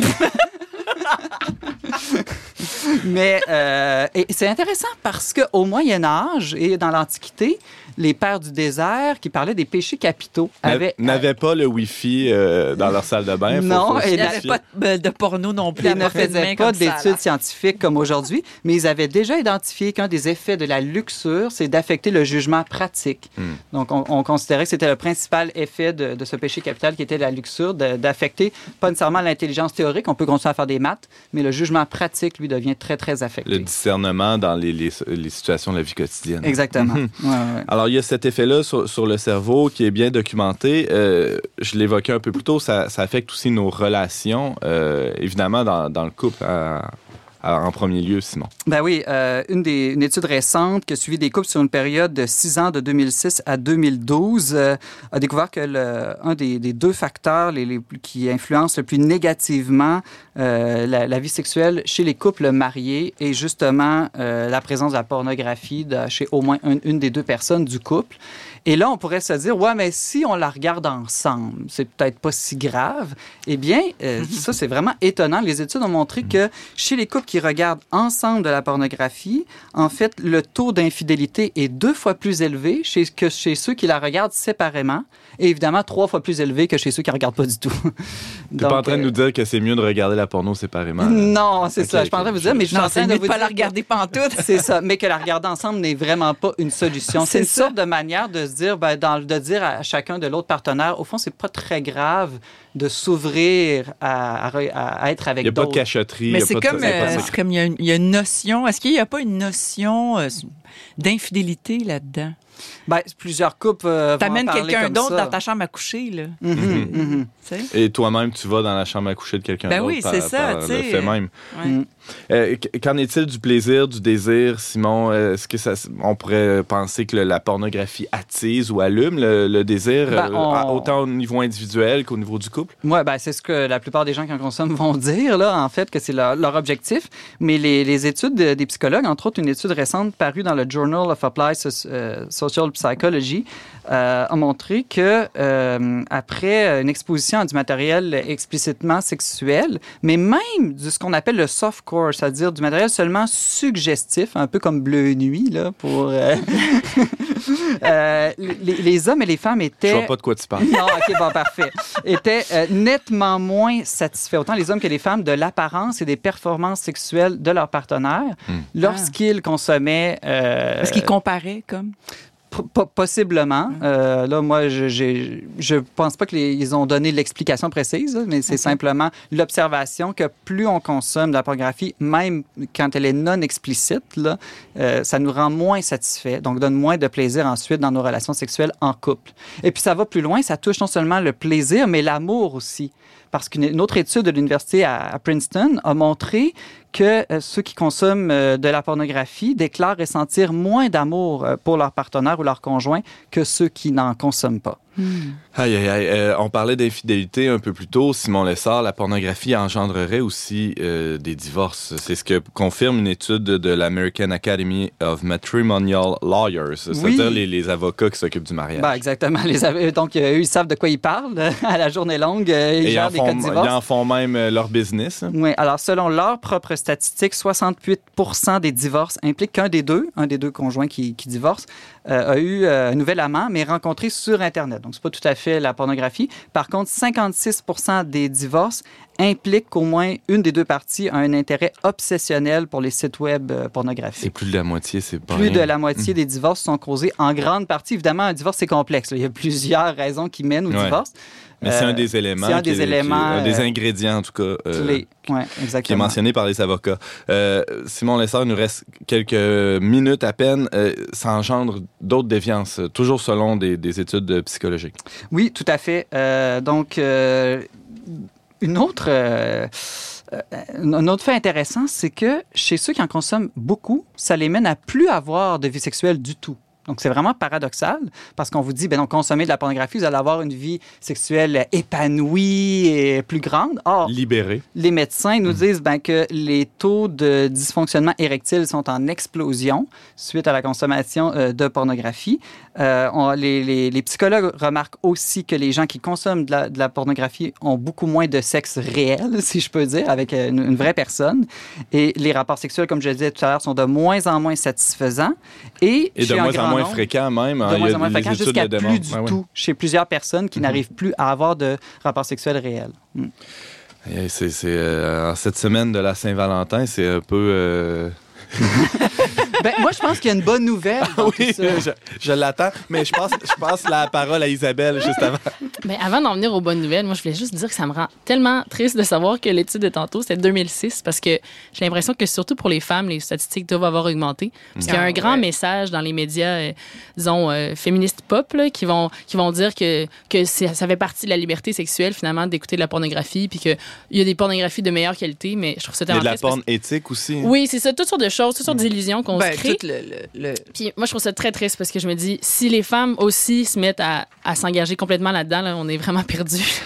Mais et c'est intéressant parce qu'au Moyen Âge et dans l'Antiquité, les pères du désert qui parlaient des péchés capitaux N'avaient pas le Wi-Fi dans leur salle de bain. Non, Il et n'y avait pas de porno non plus. ils ne faisaient pas d'études scientifiques comme aujourd'hui, mais ils avaient déjà identifié qu'un des effets de la luxure, c'est d'affecter le jugement pratique. Donc, on considérait que c'était le principal effet de ce péché capital qui était la luxure, d'affecter pas nécessairement l'intelligence théorique, on peut continuer à faire des maths, mais le jugement pratique, lui, devient très, très affecté. Le discernement dans les situations de la vie quotidienne. Exactement. Ouais, ouais. Alors, il y a cet effet-là sur le cerveau qui est bien documenté. Je l'évoquais un peu plus tôt, ça affecte aussi nos relations, évidemment, dans le couple, en premier lieu, Simon. Ben oui, une étude récente qui a suivi des couples sur une période de 6 ans, de 2006 à 2012, a découvert que un des deux facteurs qui influencent le plus négativement la vie sexuelle chez les couples mariés est justement la présence de la pornographie chez au moins une des deux personnes du couple. Et là, on pourrait se dire, ouais, mais si on la regarde ensemble, c'est peut-être pas si grave. Eh bien, ça, c'est vraiment étonnant. Les études ont montré que chez les couples qui regardent ensemble de la pornographie, en fait, le taux d'infidélité est 2 fois plus élevé que chez ceux qui la regardent séparément et évidemment 3 fois plus élevé que chez ceux qui ne regardent pas du tout. T'es pas en train de nous dire que c'est mieux de regarder la porno séparément? Là. Non, c'est ça. Je suis pas en train de vous dire, mais je suis en train de vous pas dire la regarder pantoute. c'est ça, mais que la regarder ensemble n'est vraiment pas une solution. C'est une sorte de manière de se dire, de dire à chacun de l'autre partenaire, au fond, c'est pas très grave de s'ouvrir à être avec d'autres. Il n'y a pas de cachotterie. Mais c'est comme il y a une notion. Est-ce qu'il n'y a pas une notion d'infidélité là-dedans? Ben, plusieurs couples t'amènes quelqu'un d'autre dans ta chambre à coucher, là. Et toi-même, tu vas dans la chambre à coucher de quelqu'un d'autre. Oui, c'est ça, par le fait même. Ouais. Qu'en est-il du plaisir, du désir, Simon? Est-ce que on pourrait penser que la pornographie attise ou allume le désir, autant au niveau individuel qu'au niveau du couple? Oui, c'est ce que la plupart des gens qui en consomment vont dire, là, en fait, que c'est leur objectif. Mais les études des psychologues, entre autres, une étude récente parue dans le Journal of Applied Social Psychology, a montré que après une exposition à du matériel explicitement sexuel, mais même de ce qu'on appelle le softcore, c'est-à-dire du matériel seulement suggestif, un peu comme Bleu Nuit, là, pour... les hommes et les femmes étaient... Je vois pas de quoi tu parles. Non, OK, bon, parfait. Étaient nettement moins satisfaits, autant les hommes que les femmes, de l'apparence et des performances sexuelles de leur partenaire lorsqu'ils consommaient... Est-ce qu'ils comparaient comme... Possiblement. Là, moi, je pense pas qu'ils ont donné l'explication précise, là, mais c'est simplement l'observation que plus on consomme de la pornographie, même quand elle est non explicite, là, ça nous rend moins satisfaits, donc donne moins de plaisir ensuite dans nos relations sexuelles en couple. Et puis ça va plus loin, ça touche non seulement le plaisir, mais l'amour aussi. Parce qu'une autre étude de l'université à Princeton a montré que ceux qui consomment de la pornographie déclarent ressentir moins d'amour pour leur partenaire ou leur conjoint que ceux qui n'en consomment pas. Aïe, aïe, aïe. On parlait d'infidélité un peu plus tôt. Simon Lessard, la pornographie engendrerait aussi des divorces. C'est ce que confirme une étude de l'American Academy of Matrimonial Lawyers, c'est-à-dire les avocats qui s'occupent du mariage. Exactement. Donc, eux, ils savent de quoi ils parlent à la journée longue. Ils gèrent des cas de divorce. Ils en font même leur business. Oui. Alors, selon leurs propres statistiques, 68% des divorces impliquent qu'un des deux conjoints qui divorcent, a eu un nouvel amant, mais rencontré sur Internet. Donc, c'est pas tout à fait la pornographie. Par contre, 56% des divorces impliquent qu'au moins une des deux parties a un intérêt obsessionnel pour les sites web pornographiques. Et plus de la moitié, c'est pas Plus rien. de la moitié des divorces sont causés en grande partie. Évidemment, un divorce, c'est complexe. Là. Il y a plusieurs raisons qui mènent au divorce. Mais c'est un des éléments. C'est un des éléments. Un des ingrédients, en tout cas. Clés. Oui, exactement. Qui est mentionné par les avocats. Simon Lessard, il nous reste quelques minutes à peine. Ça engendre d'autres déviances, toujours selon des études psychologiques. Oui, tout à fait. Donc, une autre un autre fait intéressant, c'est que chez ceux qui en consomment beaucoup, ça les mène à plus avoir de vie sexuelle du tout. Donc, c'est vraiment paradoxal parce qu'on vous dit, ben non, consommez de la pornographie, vous allez avoir une vie sexuelle épanouie et plus grande. Or, Libéré. les médecins nous disent que les taux de dysfonctionnement érectile sont en explosion suite à la consommation de pornographie. Les psychologues remarquent aussi que les gens qui consomment de la pornographie ont beaucoup moins de sexe réel, si je peux dire, avec une vraie personne. Et les rapports sexuels, comme je le disais tout à l'heure, sont de moins en moins satisfaisants. Et de moins en moins fréquents même. De moins en moins fréquents, jusqu'à le plus du tout chez plusieurs personnes qui n'arrivent plus à avoir de rapports sexuels réels. Et en cette semaine de la Saint-Valentin, c'est un peu... Moi, je pense qu'il y a une bonne nouvelle. Oui, je l'attends, mais je passe la parole à Isabelle juste avant. Mais avant d'en venir aux bonnes nouvelles, moi, je voulais juste dire que ça me rend tellement triste de savoir que l'étude de tantôt, c'était 2006, parce que j'ai l'impression que surtout pour les femmes, les statistiques doivent avoir augmenté. Parce qu'il y a un grand message dans les médias, disons, féministes pop, là, qui vont dire que ça fait partie de la liberté sexuelle, finalement, d'écouter de la pornographie, puis qu'il y a des pornographies de meilleure qualité, mais je trouve ça tellement triste. Il y a de la porn éthique aussi. Oui, c'est ça, toutes sortes de choses, toutes sortes d'illusions qu'on se crée. Le... Puis moi, je trouve ça très triste parce que je me dis, si les femmes aussi se mettent à s'engager complètement là-dedans, là, on est vraiment perdus.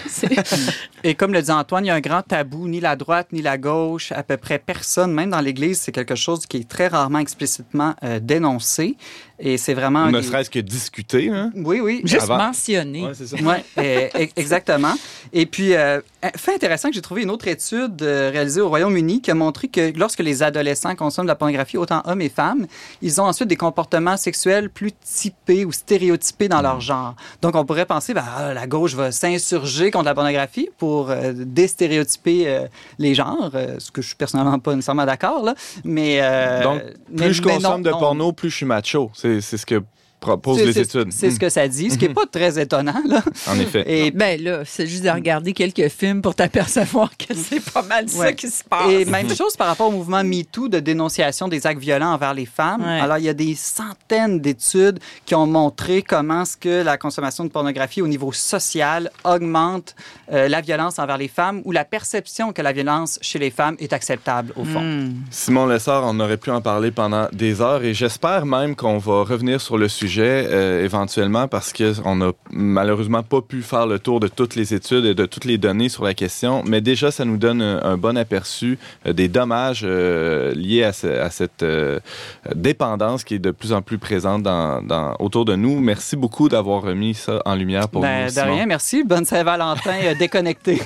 Et comme le dit Antoine, il y a un grand tabou, ni la droite, ni la gauche, à peu près personne, même dans l'Église, c'est quelque chose qui est très rarement explicitement dénoncé. Et c'est vraiment... Ne serait-ce que discuter. Hein? Oui. Juste mentionner. Oui, c'est ça. Oui, exactement. Et puis, fait intéressant que j'ai trouvé une autre étude réalisée au Royaume-Uni qui a montré que lorsque les adolescents consomment de la pornographie, autant hommes et femmes, ils ont ensuite des comportements sexuels plus typés ou stéréotypés dans leur genre. Donc, on pourrait penser, la gauche va s'insurger contre la pornographie pour déstéréotyper les genres, ce que je suis personnellement pas nécessairement d'accord, là. Mais, donc, plus je consomme de porno, plus je suis macho. C'est ce que proposent les études. C'est ce que ça dit, ce qui n'est pas très étonnant, là. En effet. Et là, c'est juste de regarder quelques films pour t'apercevoir que c'est pas mal ça qui se passe. Et même chose par rapport au mouvement MeToo de dénonciation des actes violents envers les femmes. Ouais. Alors, il y a des centaines d'études qui ont montré comment ce que la consommation de pornographie au niveau social augmente la violence envers les femmes ou la perception que la violence chez les femmes est acceptable, au fond. Simon Lessard, on aurait pu en parler pendant des heures et j'espère même qu'on va revenir sur le sujet éventuellement parce qu'on n'a malheureusement pas pu faire le tour de toutes les études et de toutes les données sur la question, mais déjà, ça nous donne un bon aperçu des dommages liés à cette dépendance qui est de plus en plus présente autour de nous. Merci beaucoup d'avoir mis ça en lumière pour nous, De Simon. rien, merci. Bonne Saint-Valentin déconnecté.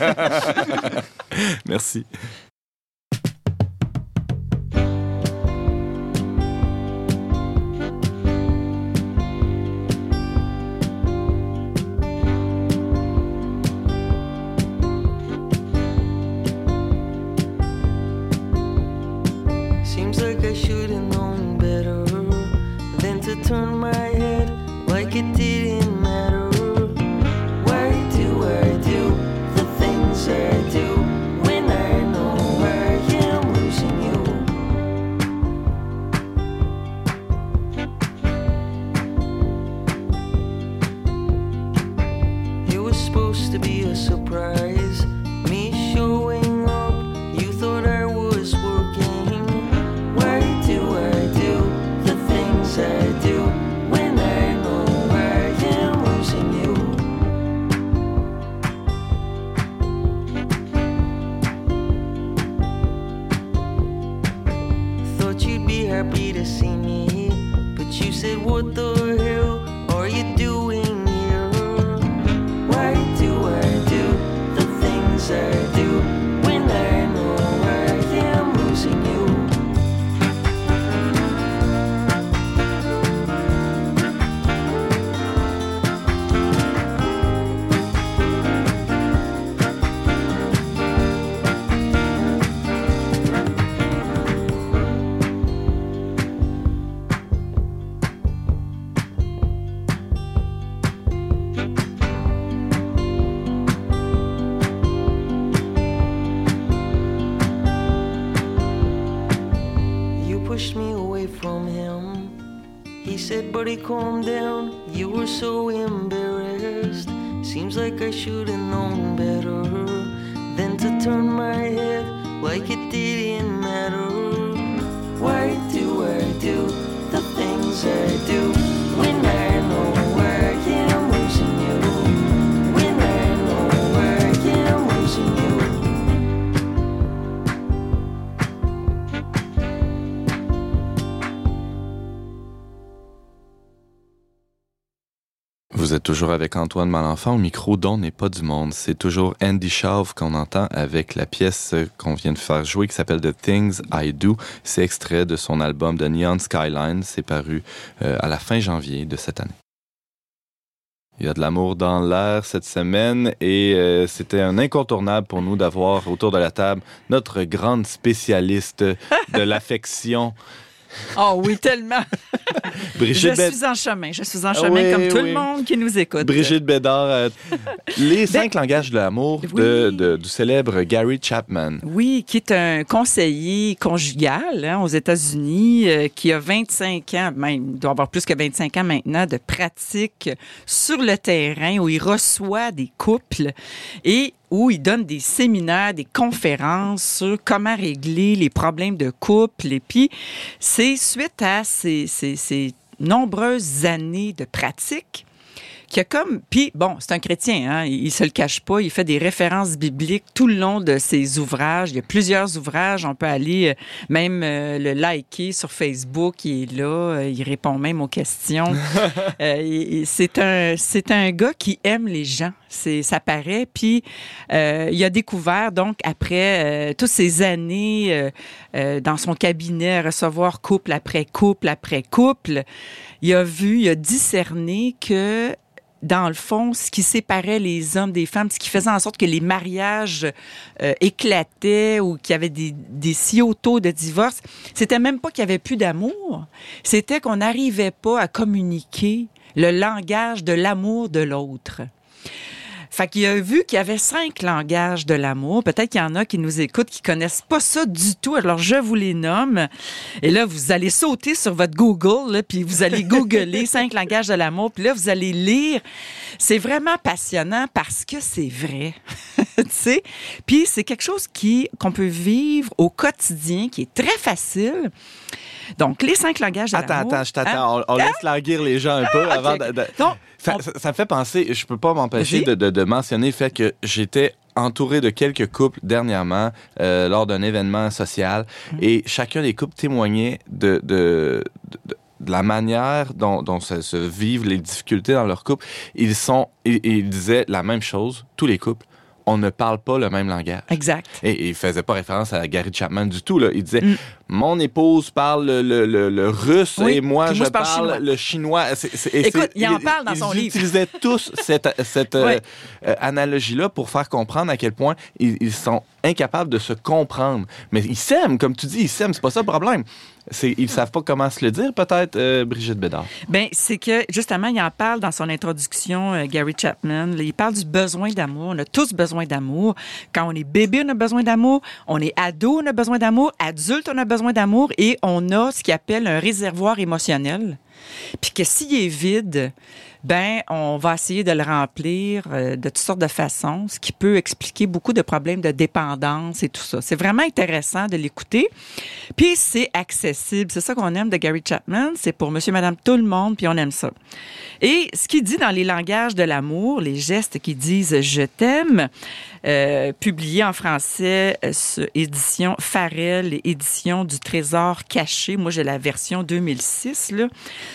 Merci. Seems like I should have known better than to turn my head like it didn't matter. Why do I do the things I do when I know I am losing you? It was supposed to be a surprise, me showing up. You thought I was working. Why do I do the things I do when I know I am losing you? Thought you'd be happy to see me, but you said, what the hell are you doing here? Why do I do the things I do when I know I am losing you? You pushed me away from him. He said, buddy, calm down. You were so embarrassed. Seems like I should have known better than to turn my head like it didn't matter. Why do I do the things I do when I know I am losing you? When I know I am losing you. Vous êtes toujours avec Antoine Malenfant au micro d'On n'est pas du monde. C'est toujours Andy Schauf qu'on entend avec la pièce qu'on vient de faire jouer qui s'appelle The Things I Do. C'est extrait de son album The Neon Skyline. C'est paru à la fin janvier de cette année. Il y a de l'amour dans l'air cette semaine et c'était un incontournable pour nous d'avoir autour de la table notre grande spécialiste de l'affection. Oh oui, tellement. Brigitte Je suis en chemin comme tout le monde qui nous écoute. Brigitte Bédard, les 5 langages de l'amour du célèbre Gary Chapman. Oui, qui est un conseiller conjugal aux États-Unis, qui a 25 ans, même, il doit avoir plus que 25 ans maintenant, de pratique sur le terrain où il reçoit des couples et où il donne des séminaires, des conférences sur comment régler les problèmes de couple. Et puis, c'est suite à ces nombreuses années de pratique qu'il y a comme... Puis, bon, c'est un chrétien, hein, il se le cache pas, il fait des références bibliques tout le long de ses ouvrages. Il y a plusieurs ouvrages, on peut aller même le liker sur Facebook, il est là, il répond même aux questions. C'est un gars qui aime les gens, ça paraît. Puis, il a découvert, donc, après toutes ces années dans son cabinet, à recevoir couple après couple après couple, il a discerné que dans le fond, ce qui séparait les hommes des femmes, ce qui faisait en sorte que les mariages éclataient ou qu'il y avait des si hauts taux de divorce, c'était même pas qu'il y avait plus d'amour, c'était qu'on n'arrivait pas à communiquer le langage de l'amour de l'autre. Fait qu'il a vu qu'il y avait 5 langages de l'amour. Peut-être qu'il y en a qui nous écoutent, qui connaissent pas ça du tout. Alors, je vous les nomme. Et là, vous allez sauter sur votre Google, là, puis vous allez googler 5 langages de l'amour. Puis là, vous allez lire. C'est vraiment passionnant parce que c'est vrai. Tu sais? Puis c'est quelque chose qu'on peut vivre au quotidien, qui est très facile. Donc, les 5 langages de l'amour. Attends, je t'attends. On laisse languir les gens un peu avant okay. de... Donc, ça me fait penser, je peux pas m'empêcher de mentionner le fait que j'étais entouré de quelques couples dernièrement lors d'un événement social et chacun des couples témoignait de la manière dont se vivent les difficultés dans leur couple. Ils disaient la même chose, tous les couples. On ne parle pas le même langage. Exact. Et il faisait pas référence à Gary Chapman du tout, là. Il disait, mon épouse parle le russe et moi, je parle le chinois. Écoute, il en parle dans son livre. Ils utilisaient tous cette analogie-là pour faire comprendre à quel point ils sont incapables de se comprendre. Mais ils s'aiment, comme tu dis, ils s'aiment, c'est pas ça le problème. Ils savent pas comment se le dire, peut-être, Brigitte Bédard. Bien, c'est que, justement, il en parle dans son introduction, Gary Chapman. Là, il parle du besoin d'amour. On a tous besoin d'amour. Quand on est bébé, on a besoin d'amour. On est ado, on a besoin d'amour. Adulte, on a besoin d'amour. Et on a ce qu'il appelle un réservoir émotionnel. Puis que s'il est vide, ben on va essayer de le remplir de toutes sortes de façons, ce qui peut expliquer beaucoup de problèmes de dépendance et tout ça. C'est vraiment intéressant de l'écouter. Puis c'est accessible. C'est ça qu'on aime de Gary Chapman. C'est pour monsieur, madame, tout le monde, puis on aime ça. Et ce qu'il dit dans les langages de l'amour, les gestes qui disent « je t'aime », publié en français, édition Farrell et édition du Trésor caché. Moi, j'ai la version 2006, là.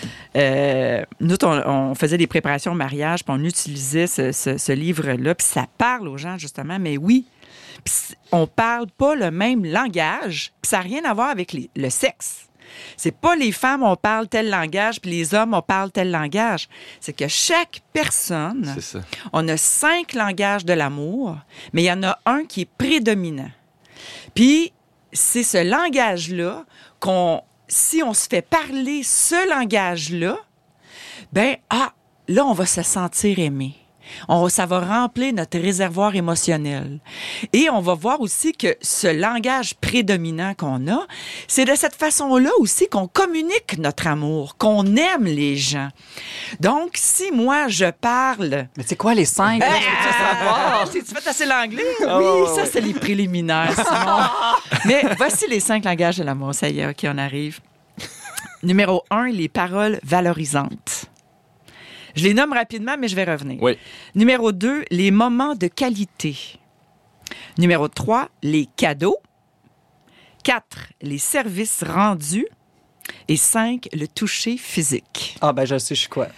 Nous, on faisait des préparations au mariage, puis on utilisait ce livre-là, puis ça parle aux gens, justement, mais oui, on parle pas le même langage, puis ça n'a rien à voir avec le sexe. C'est pas les femmes, on parle tel langage, puis les hommes, on parle tel langage. C'est que chaque personne, on a 5 langages de l'amour, mais il y en a un qui est prédominant. Puis, c'est ce langage-là si on se fait parler ce langage-là, ben, là, on va se sentir aimé. Ça va remplir notre réservoir émotionnel. Et on va voir aussi que ce langage prédominant qu'on a, c'est de cette façon-là aussi qu'on communique notre amour, qu'on aime les gens. Donc, si moi, je parle... Mais c'est quoi les 5? là? Tu fais assez l'anglais? Oui, ça, c'est les préliminaires, Simon. Mais voici les 5 langages de l'amour. Ça y est, OK, on arrive. Numéro 1, les paroles valorisantes. Je les nomme rapidement, mais je vais revenir. Oui. Numéro 2, les moments de qualité. Numéro 3, les cadeaux. 4, les services rendus. Et 5, le toucher physique. Ah, ben je sais, je suis quoi.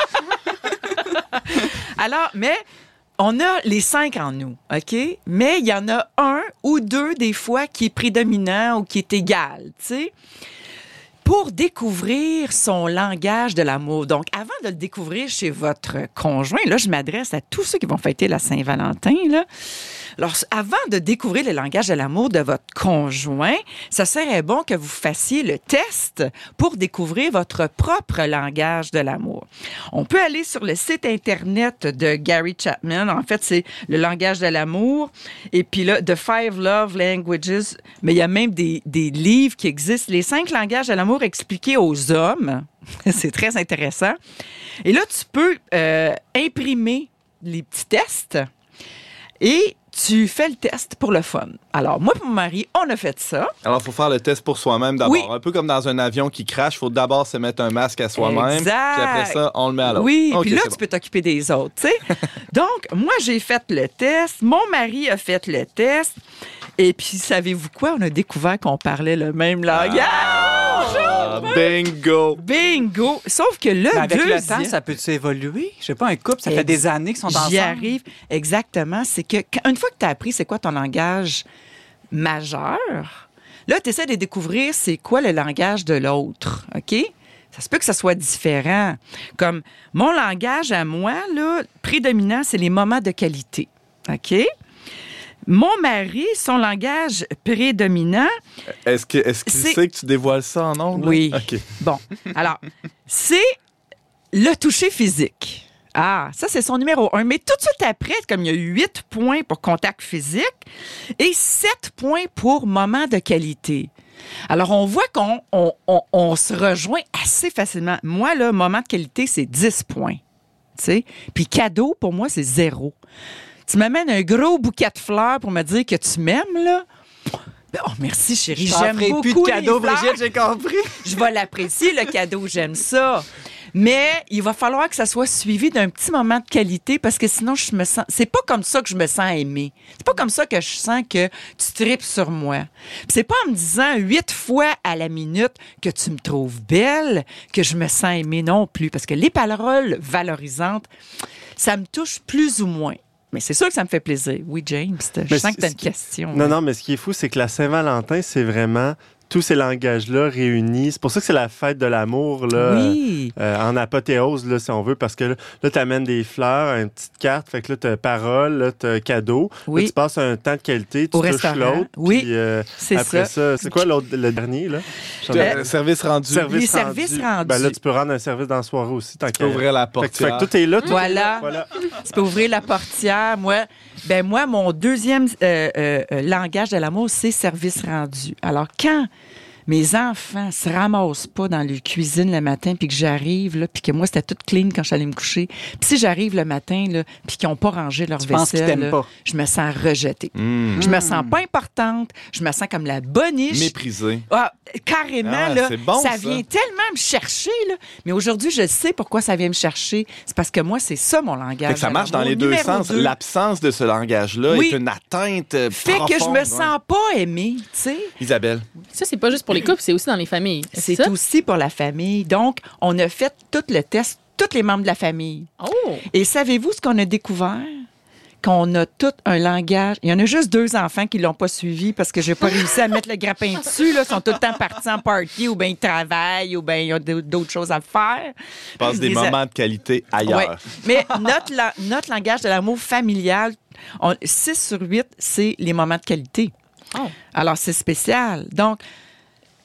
Alors, mais on a les 5 en nous, OK? Mais il y en a un ou deux, des fois, qui est prédominant ou qui est égal, tu sais? Pour découvrir son langage de l'amour. Donc, avant de le découvrir chez votre conjoint, là, je m'adresse à tous ceux qui vont fêter la Saint-Valentin, là. Alors, avant de découvrir le langage de l'amour de votre conjoint, ça serait bon que vous fassiez le test pour découvrir votre propre langage de l'amour. On peut aller sur le site Internet de Gary Chapman. En fait, c'est le langage de l'amour. Et puis là, The 5 Love Languages. Mais il y a même des livres qui existent. Les 5 langages de l'amour expliqués aux hommes. C'est très intéressant. Et là, tu peux imprimer les petits tests et tu fais le test pour le fun. Alors, moi et mon mari, on a fait ça. Alors, il faut faire le test pour soi-même d'abord. Oui. Un peu comme dans un avion qui crache, il faut d'abord se mettre un masque à soi-même. Exact. Puis après ça, on le met à l'autre. Oui, OK, puis là, c'est tu bon. peux t'occuper des autres, tu sais. Donc, moi, j'ai fait le test. Mon mari a fait le test. Et puis, savez-vous quoi? On a découvert qu'on parlait le même langage. Ah, bingo! Bingo! Sauf que le Mais avec le deuxième... temps, ça peut-tu évoluer? Je sais pas, un couple, ça fait des années qu'ils sont ensemble. J'y arrive. Exactement. C'est que une fois que tu as appris c'est quoi ton langage majeur, là, tu essaies de découvrir c'est quoi le langage de l'autre. OK? Ça se peut que ça soit différent. Comme mon langage à moi, là, prédominant, c'est les moments de qualité. OK? Mon mari, son langage prédominant, Est-ce qu'il C'est- sait que tu dévoiles ça en ondes? là? oui. OK. Bon, alors, c'est le toucher physique. Ah, ça, c'est son numéro 1. Mais tout de suite après, comme il y a 8 points pour contact physique et 7 points pour moment de qualité. Alors, on voit qu'on se rejoint assez facilement. Moi, là, moment de qualité, c'est 10 points. Tu sais? Puis cadeau, pour moi, c'est 0. Tu m'amènes un gros bouquet de fleurs pour me dire que tu m'aimes, là? Oh, merci, chérie. Je J'aime ferai beaucoup plus de cadeaux, les fleurs. Brigitte, j'ai compris. Je vais l'apprécier, le cadeau, j'aime ça. Mais il va falloir que ça soit suivi d'un petit moment de qualité parce que sinon, je me sens. C'est pas comme ça que je me sens aimée. C'est pas comme ça que je sens que tu tripes sur moi. Puis c'est pas en me disant 8 fois à la minute que tu me trouves belle que je me sens aimée non plus. Parce que les paroles valorisantes, ça me touche plus ou moins. Mais c'est sûr que ça me fait plaisir. Oui, James, je Mais sens que tu as ce une qui- question. Non, mais ce qui est fou, c'est que la Saint-Valentin, c'est vraiment tous ces langages-là réunis. C'est pour ça que c'est la fête de l'amour, là. Oui. En apothéose, là, si on veut, parce que là, tu amènes des fleurs, une petite carte, fait que là, tu as parole, là, tu as cadeau. Oui. Là, tu passes un temps de qualité, tu Au touches restaurant. l'autre. Oui, puis, c'est après ça. c'est quoi l'autre, le dernier, là? Service rendu. Les services rendus. Ben là, tu peux rendre un service dans la soirée aussi, tant Tu peux qu'à... ouvrir la Fait portière. que tout est là. Tout Voilà. est là. Tu peux ouvrir la portière. Moi, mon deuxième langage de l'amour, c'est service rendu. Alors, quand mes enfants se ramassent pas dans leur cuisine le matin, puis que j'arrive, là, puis que moi, c'était tout clean quand j'allais me coucher, puis si j'arrive le matin, là, puis qu'ils n'ont pas rangé leur Tu penses qu'ils vaisselle, t'aiment là, pas. je me sens rejetée. Mmh. Je me sens pas importante. Je me sens comme la boniche. Méprisé. Ah, carrément, Ah, là, c'est bon, ça ça. vient tellement me chercher. Là. Mais aujourd'hui, je sais pourquoi ça vient me chercher. C'est parce que moi, c'est ça mon langage. Fait que ça marche dans Alors, les mon deux numéro sens. 2 L'absence de ce langage-là Oui. est une atteinte fait que je profonde, me ouais. sens pas aimée, tu sais. Isabelle. Ça, c'est pas juste pour les couples, c'est aussi dans les familles. C'est ça? aussi pour la famille. Donc, on a fait tout le test, tous les membres de la famille. Oh! Et savez-vous ce qu'on a découvert? Qu'on a tout un langage. Il y en a juste 2 enfants qui l'ont pas suivi parce que j'ai pas réussi à mettre le grappin dessus. Là. Ils sont tout le temps partis en party ou bien ils travaillent ou bien ils ont d'autres choses à faire. Passe des moments de qualité ailleurs. Ouais. Mais notre langage de l'amour familial, 6 sur 8, c'est les moments de qualité. Oh. Alors, c'est spécial. Donc,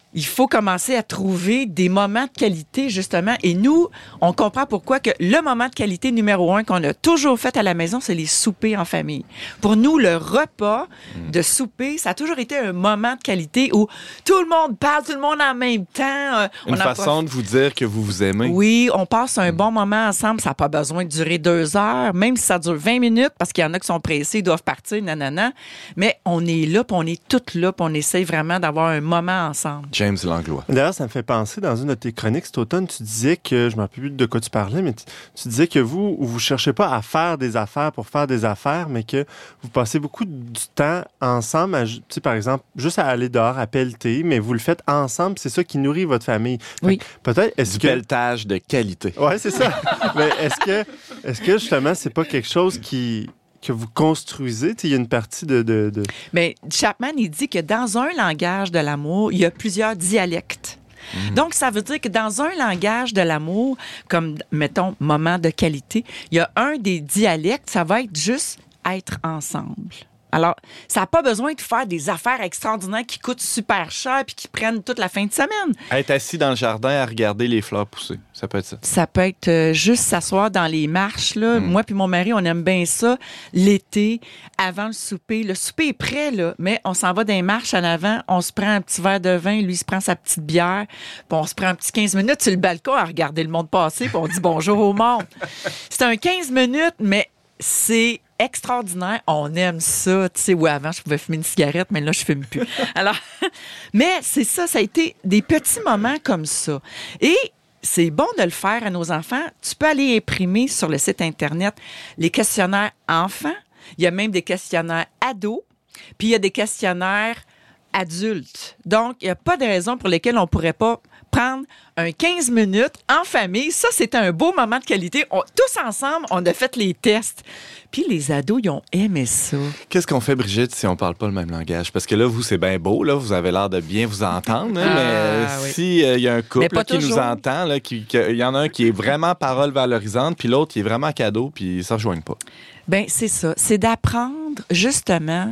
il faut commencer à trouver des moments de qualité, justement. Et nous, on comprend pourquoi que le moment de qualité numéro 1 qu'on a toujours fait à la maison, c'est les soupers en famille. Pour nous, le repas de souper, ça a toujours été un moment de qualité où tout le monde parle, tout le monde en même temps. Une façon de vous dire que vous vous aimez. Oui, on passe un bon moment ensemble. Ça n'a pas besoin de durer 2 heures, même si ça dure 20 minutes, parce qu'il y en a qui sont pressés, ils doivent partir, nanana. Mais on est là, puis on est toutes là, puis on essaye vraiment d'avoir un moment ensemble. James Langlois. D'ailleurs, ça me fait penser, dans une de tes chroniques cet automne, tu disais que, je ne me rappelle plus de quoi tu parlais, mais tu disais que vous ne cherchez pas à faire des affaires pour faire des affaires, mais que vous passez beaucoup du temps ensemble, par exemple, juste à aller dehors, à pelleter, mais vous le faites ensemble, c'est ça qui nourrit votre famille. Oui. Peut-être, Du pelletage de qualité. Oui, c'est ça. Mais est-ce que justement, c'est pas quelque chose que vous construisez? Il y a une partie de... Mais Chapman, il dit que dans un langage de l'amour, il y a plusieurs dialectes. Donc, ça veut dire que dans un langage de l'amour, comme, mettons, moment de qualité, il y a un des dialectes, ça va être juste être ensemble. Alors, ça n'a pas besoin de faire des affaires extraordinaires qui coûtent super cher puis qui prennent toute la fin de semaine. Être assis dans le jardin à regarder les fleurs pousser, ça peut être ça. Ça peut être juste s'asseoir dans les marches. Là. Moi puis mon mari, on aime bien ça. L'été, avant le souper. Le souper est prêt, là, mais on s'en va dans les marches en avant. On se prend un petit verre de vin. Lui, il se prend sa petite bière. Puis on se prend un petit 15 minutes sur le balcon à regarder le monde passer. Puis on dit bonjour au monde. C'est un 15 minutes, mais c'est extraordinaire. On aime ça. Tu sais, où avant, je pouvais fumer une cigarette, mais là, je fume plus. Alors, mais c'est ça. Ça a été des petits moments comme ça. Et c'est bon de le faire à nos enfants. Tu peux aller imprimer sur le site Internet les questionnaires enfants. Il y a même des questionnaires ados. Puis il y a des questionnaires adultes. Donc, il n'y a pas de raison pour lesquelles on ne pourrait pas prendre un 15 minutes en famille. Ça, c'était un beau moment de qualité. Tous ensemble, on a fait les tests. Puis les ados, ils ont aimé ça. Qu'est-ce qu'on fait, Brigitte, si on parle pas le même langage? Parce que là, vous, c'est bien beau, là, vous avez l'air de bien vous entendre, hein, mais oui. si y a un couple là, qui toujours. nous entend, là, il y en a un qui est vraiment parole valorisante, puis l'autre qui est vraiment cadeau, puis ils ne se rejoignent pas. Bien, c'est ça. C'est d'apprendre, justement,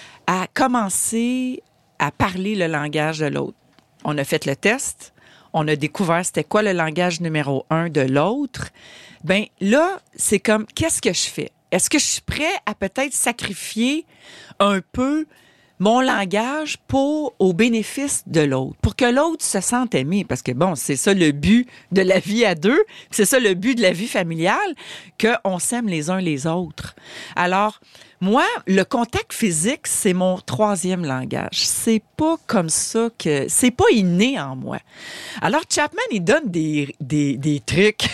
à commencer à parler le langage de l'autre. On a fait le test. On a découvert c'était quoi le langage numéro 1 de l'autre. Bien, là, c'est comme, qu'est-ce que je fais? Est-ce que je suis prêt à peut-être sacrifier un peu mon langage au bénéfice de l'autre, pour que l'autre se sente aimé? Parce que, bon, c'est ça le but de la vie à deux, c'est ça le but de la vie familiale, qu'on s'aime les uns les autres. Alors, moi, le contact physique, c'est mon 3e langage. C'est pas comme ça que... C'est pas inné en moi. Alors, Chapman, il donne des trucs.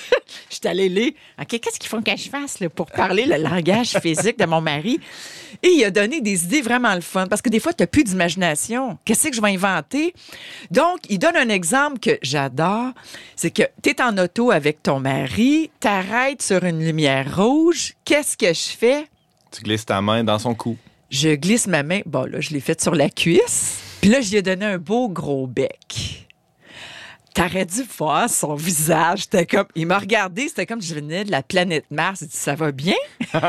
Je suis allée lire. OK, qu'est-ce qu'il faut que je fasse là, pour parler le langage physique de mon mari? Et il a donné des idées vraiment le fun, parce que des fois, tu n'as plus d'imagination. Qu'est-ce que je vais inventer? Donc, il donne un exemple que j'adore. C'est que tu es en auto avec ton mari, t'arrêtes sur une lumière rouge. Qu'est-ce que je fais? Tu glisses ta main dans son cou. Je glisse ma main. Bon, là, je l'ai faite sur la cuisse. Puis là, je lui ai donné un beau gros bec. T'aurais dû voir son visage. C'était comme... Il m'a regardé, c'était comme si je venais de la planète Mars. Il dit, ça va bien?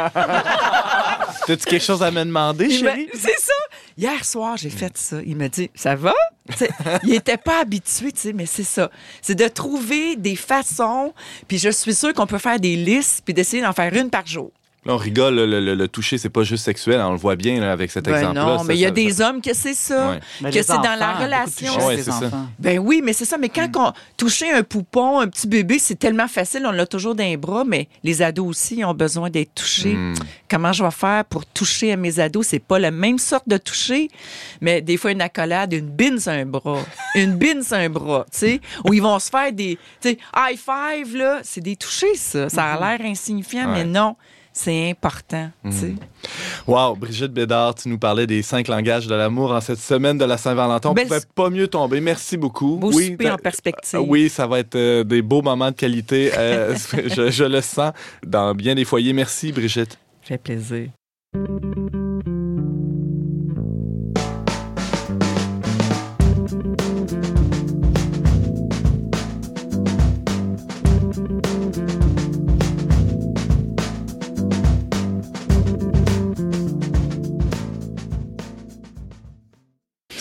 T'as-tu quelque chose à me demander, chérie? C'est ça. Hier soir, j'ai fait ça. Il m'a dit, ça va? T'sais, il n'était pas habitué, mais c'est ça. C'est de trouver des façons, puis je suis sûre qu'on peut faire des listes, puis d'essayer d'en faire une par jour. Là, on rigole, le toucher, c'est pas juste sexuel, on le voit bien là, avec cet exemple-là. Non, mais il y a des hommes que c'est ça, Ouais. que c'est dans la relation. Ouais, c'est ça. Ben oui, mais c'est ça. Mais quand on toucher un poupon, un petit bébé, c'est tellement facile, on l'a toujours dans les bras, mais les ados aussi ont besoin d'être touchés. Comment je vais faire pour toucher à mes ados? C'est pas la même sorte de toucher, mais des fois une accolade, une bine sur un bras. Une bine sur un bras, tu sais, où ils vont se faire des high five, là. C'est des touchés, ça. Ça a l'air insignifiant, mais non. C'est important, tu sais. Wow, Brigitte Bédard, tu nous parlais des 5 langages de l'amour en cette semaine de la Saint-Valentin. On ne pouvait pas mieux tomber. Merci beaucoup. Beau souper en perspective. Oui, ça va être des beaux moments de qualité. Je le sens dans bien des foyers. Merci, Brigitte. Ça fait plaisir.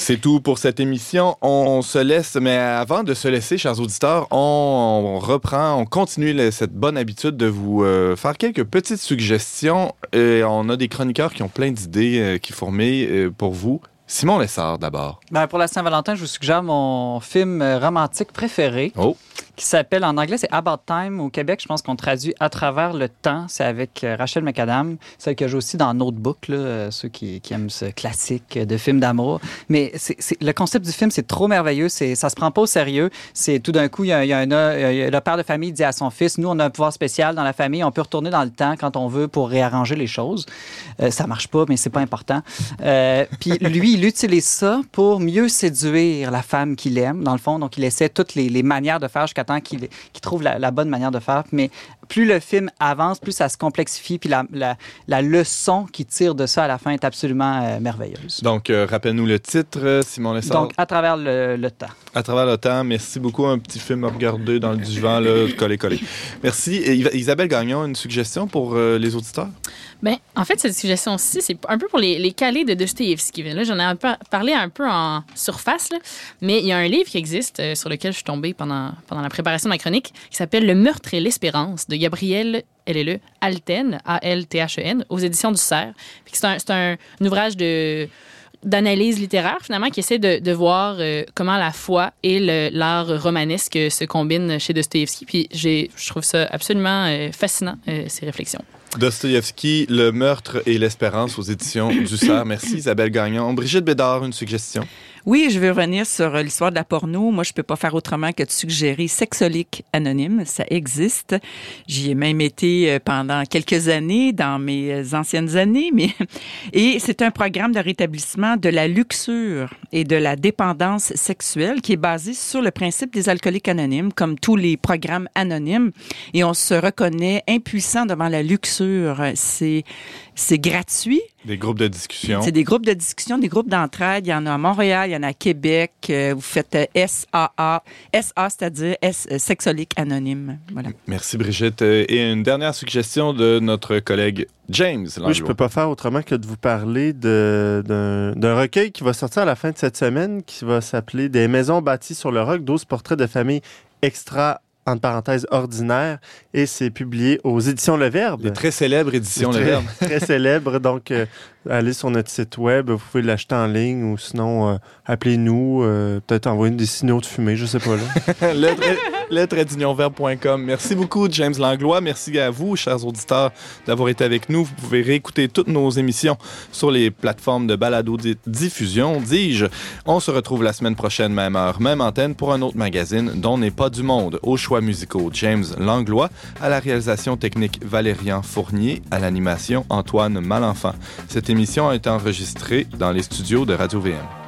C'est tout pour cette émission. On se laisse, mais avant de se laisser, chers auditeurs, on continue cette bonne habitude de vous faire quelques petites suggestions. On a des chroniqueurs qui ont plein d'idées qui fourmillent pour vous. Simon Lessard, d'abord. Ben, pour la Saint-Valentin, je vous suggère mon film romantique préféré. Oh! Qui s'appelle, en anglais, c'est About Time. Au Québec, je pense qu'on traduit À travers le temps. C'est avec Rachel McAdam, celle que joue aussi dans Notebook, là, ceux qui aiment ce classique de film d'amour. Mais le concept du film, c'est trop merveilleux. Ça se prend pas au sérieux. C'est tout d'un coup, le père de famille dit à son fils, nous, on a un pouvoir spécial dans la famille. On peut retourner dans le temps quand on veut pour réarranger les choses. Ça marche pas, mais c'est pas important. Puis lui, il utilise ça pour mieux séduire la femme qu'il aime, dans le fond. Donc, il essaie toutes les manières de faire jusqu'à temps qu'il trouve la bonne manière de faire. Mais plus le film avance, plus ça se complexifie. Puis la leçon qu'il tire de ça à la fin est absolument merveilleuse. Donc, rappelle-nous le titre, Simon Lessard. Donc, À travers le temps. À travers le temps. Merci beaucoup. Un petit film à regarder dans le divan, là, collé. Merci. Et Isabelle Gagnon, une suggestion pour les auditeurs? Ben, en fait, cette suggestion-ci, c'est un peu pour les calés de Dostoïevski. Là, j'en ai parlé un peu en surface, là, mais il y a un livre qui existe sur lequel je suis tombée pendant la préparation de ma chronique qui s'appelle « Le meurtre et l'espérance » de Gabriel Alten, A-L-T-H-E-N, aux éditions du Cerf. C'est un ouvrage d'analyse littéraire, finalement, qui essaie de voir comment la foi et l'art romanesque se combinent chez Dostoïevski. Puis je trouve ça absolument fascinant, ces réflexions. Dostoïevski, Le meurtre et l'espérance aux éditions du Cerf. Merci Isabelle Gagnon. Brigitte Bédard, une suggestion? Oui, je vais revenir sur l'histoire de la porno. Moi, je peux pas faire autrement que de suggérer Sexolique Anonyme. Ça existe. J'y ai même été pendant quelques années, dans mes anciennes années. Et c'est un programme de rétablissement de la luxure et de la dépendance sexuelle qui est basé sur le principe des alcooliques anonymes, comme tous les programmes anonymes. Et on se reconnaît impuissant devant la luxure. C'est gratuit. Des groupes de discussion. C'est des groupes de discussion, des groupes d'entraide. Il y en a à Montréal, il y en a à Québec. Vous faites SAA, c'est-à-dire Sexolique Anonyme. Voilà. Merci Brigitte. Et une dernière suggestion de notre collègue James Langlois. Oui, je peux pas faire autrement que de vous parler d'un recueil qui va sortir à la fin de cette semaine, qui va s'appeler « Des maisons bâties sur le roc, 12 portraits de familles extra entre parenthèses, ordinaire, et c'est publié aux éditions Le Verbe. Les très célèbres éditions Le Verbe. Très célèbre, donc allez sur notre site web, vous pouvez l'acheter en ligne, ou sinon, appelez-nous, peut-être envoyer des signaux de fumée, je sais pas là. le-d'unionverbe.com. Merci beaucoup, James Langlois. Merci à vous, chers auditeurs, d'avoir été avec nous. Vous pouvez réécouter toutes nos émissions sur les plateformes de balado-diffusion, dis-je. On se retrouve la semaine prochaine, même heure, même antenne, pour un autre magazine dont n'est pas du monde. Aux choix musicaux, James Langlois. À la réalisation technique, Valérian Fournier. À l'animation, Antoine Malenfant. Cette émission a été enregistrée dans les studios de Radio-VM.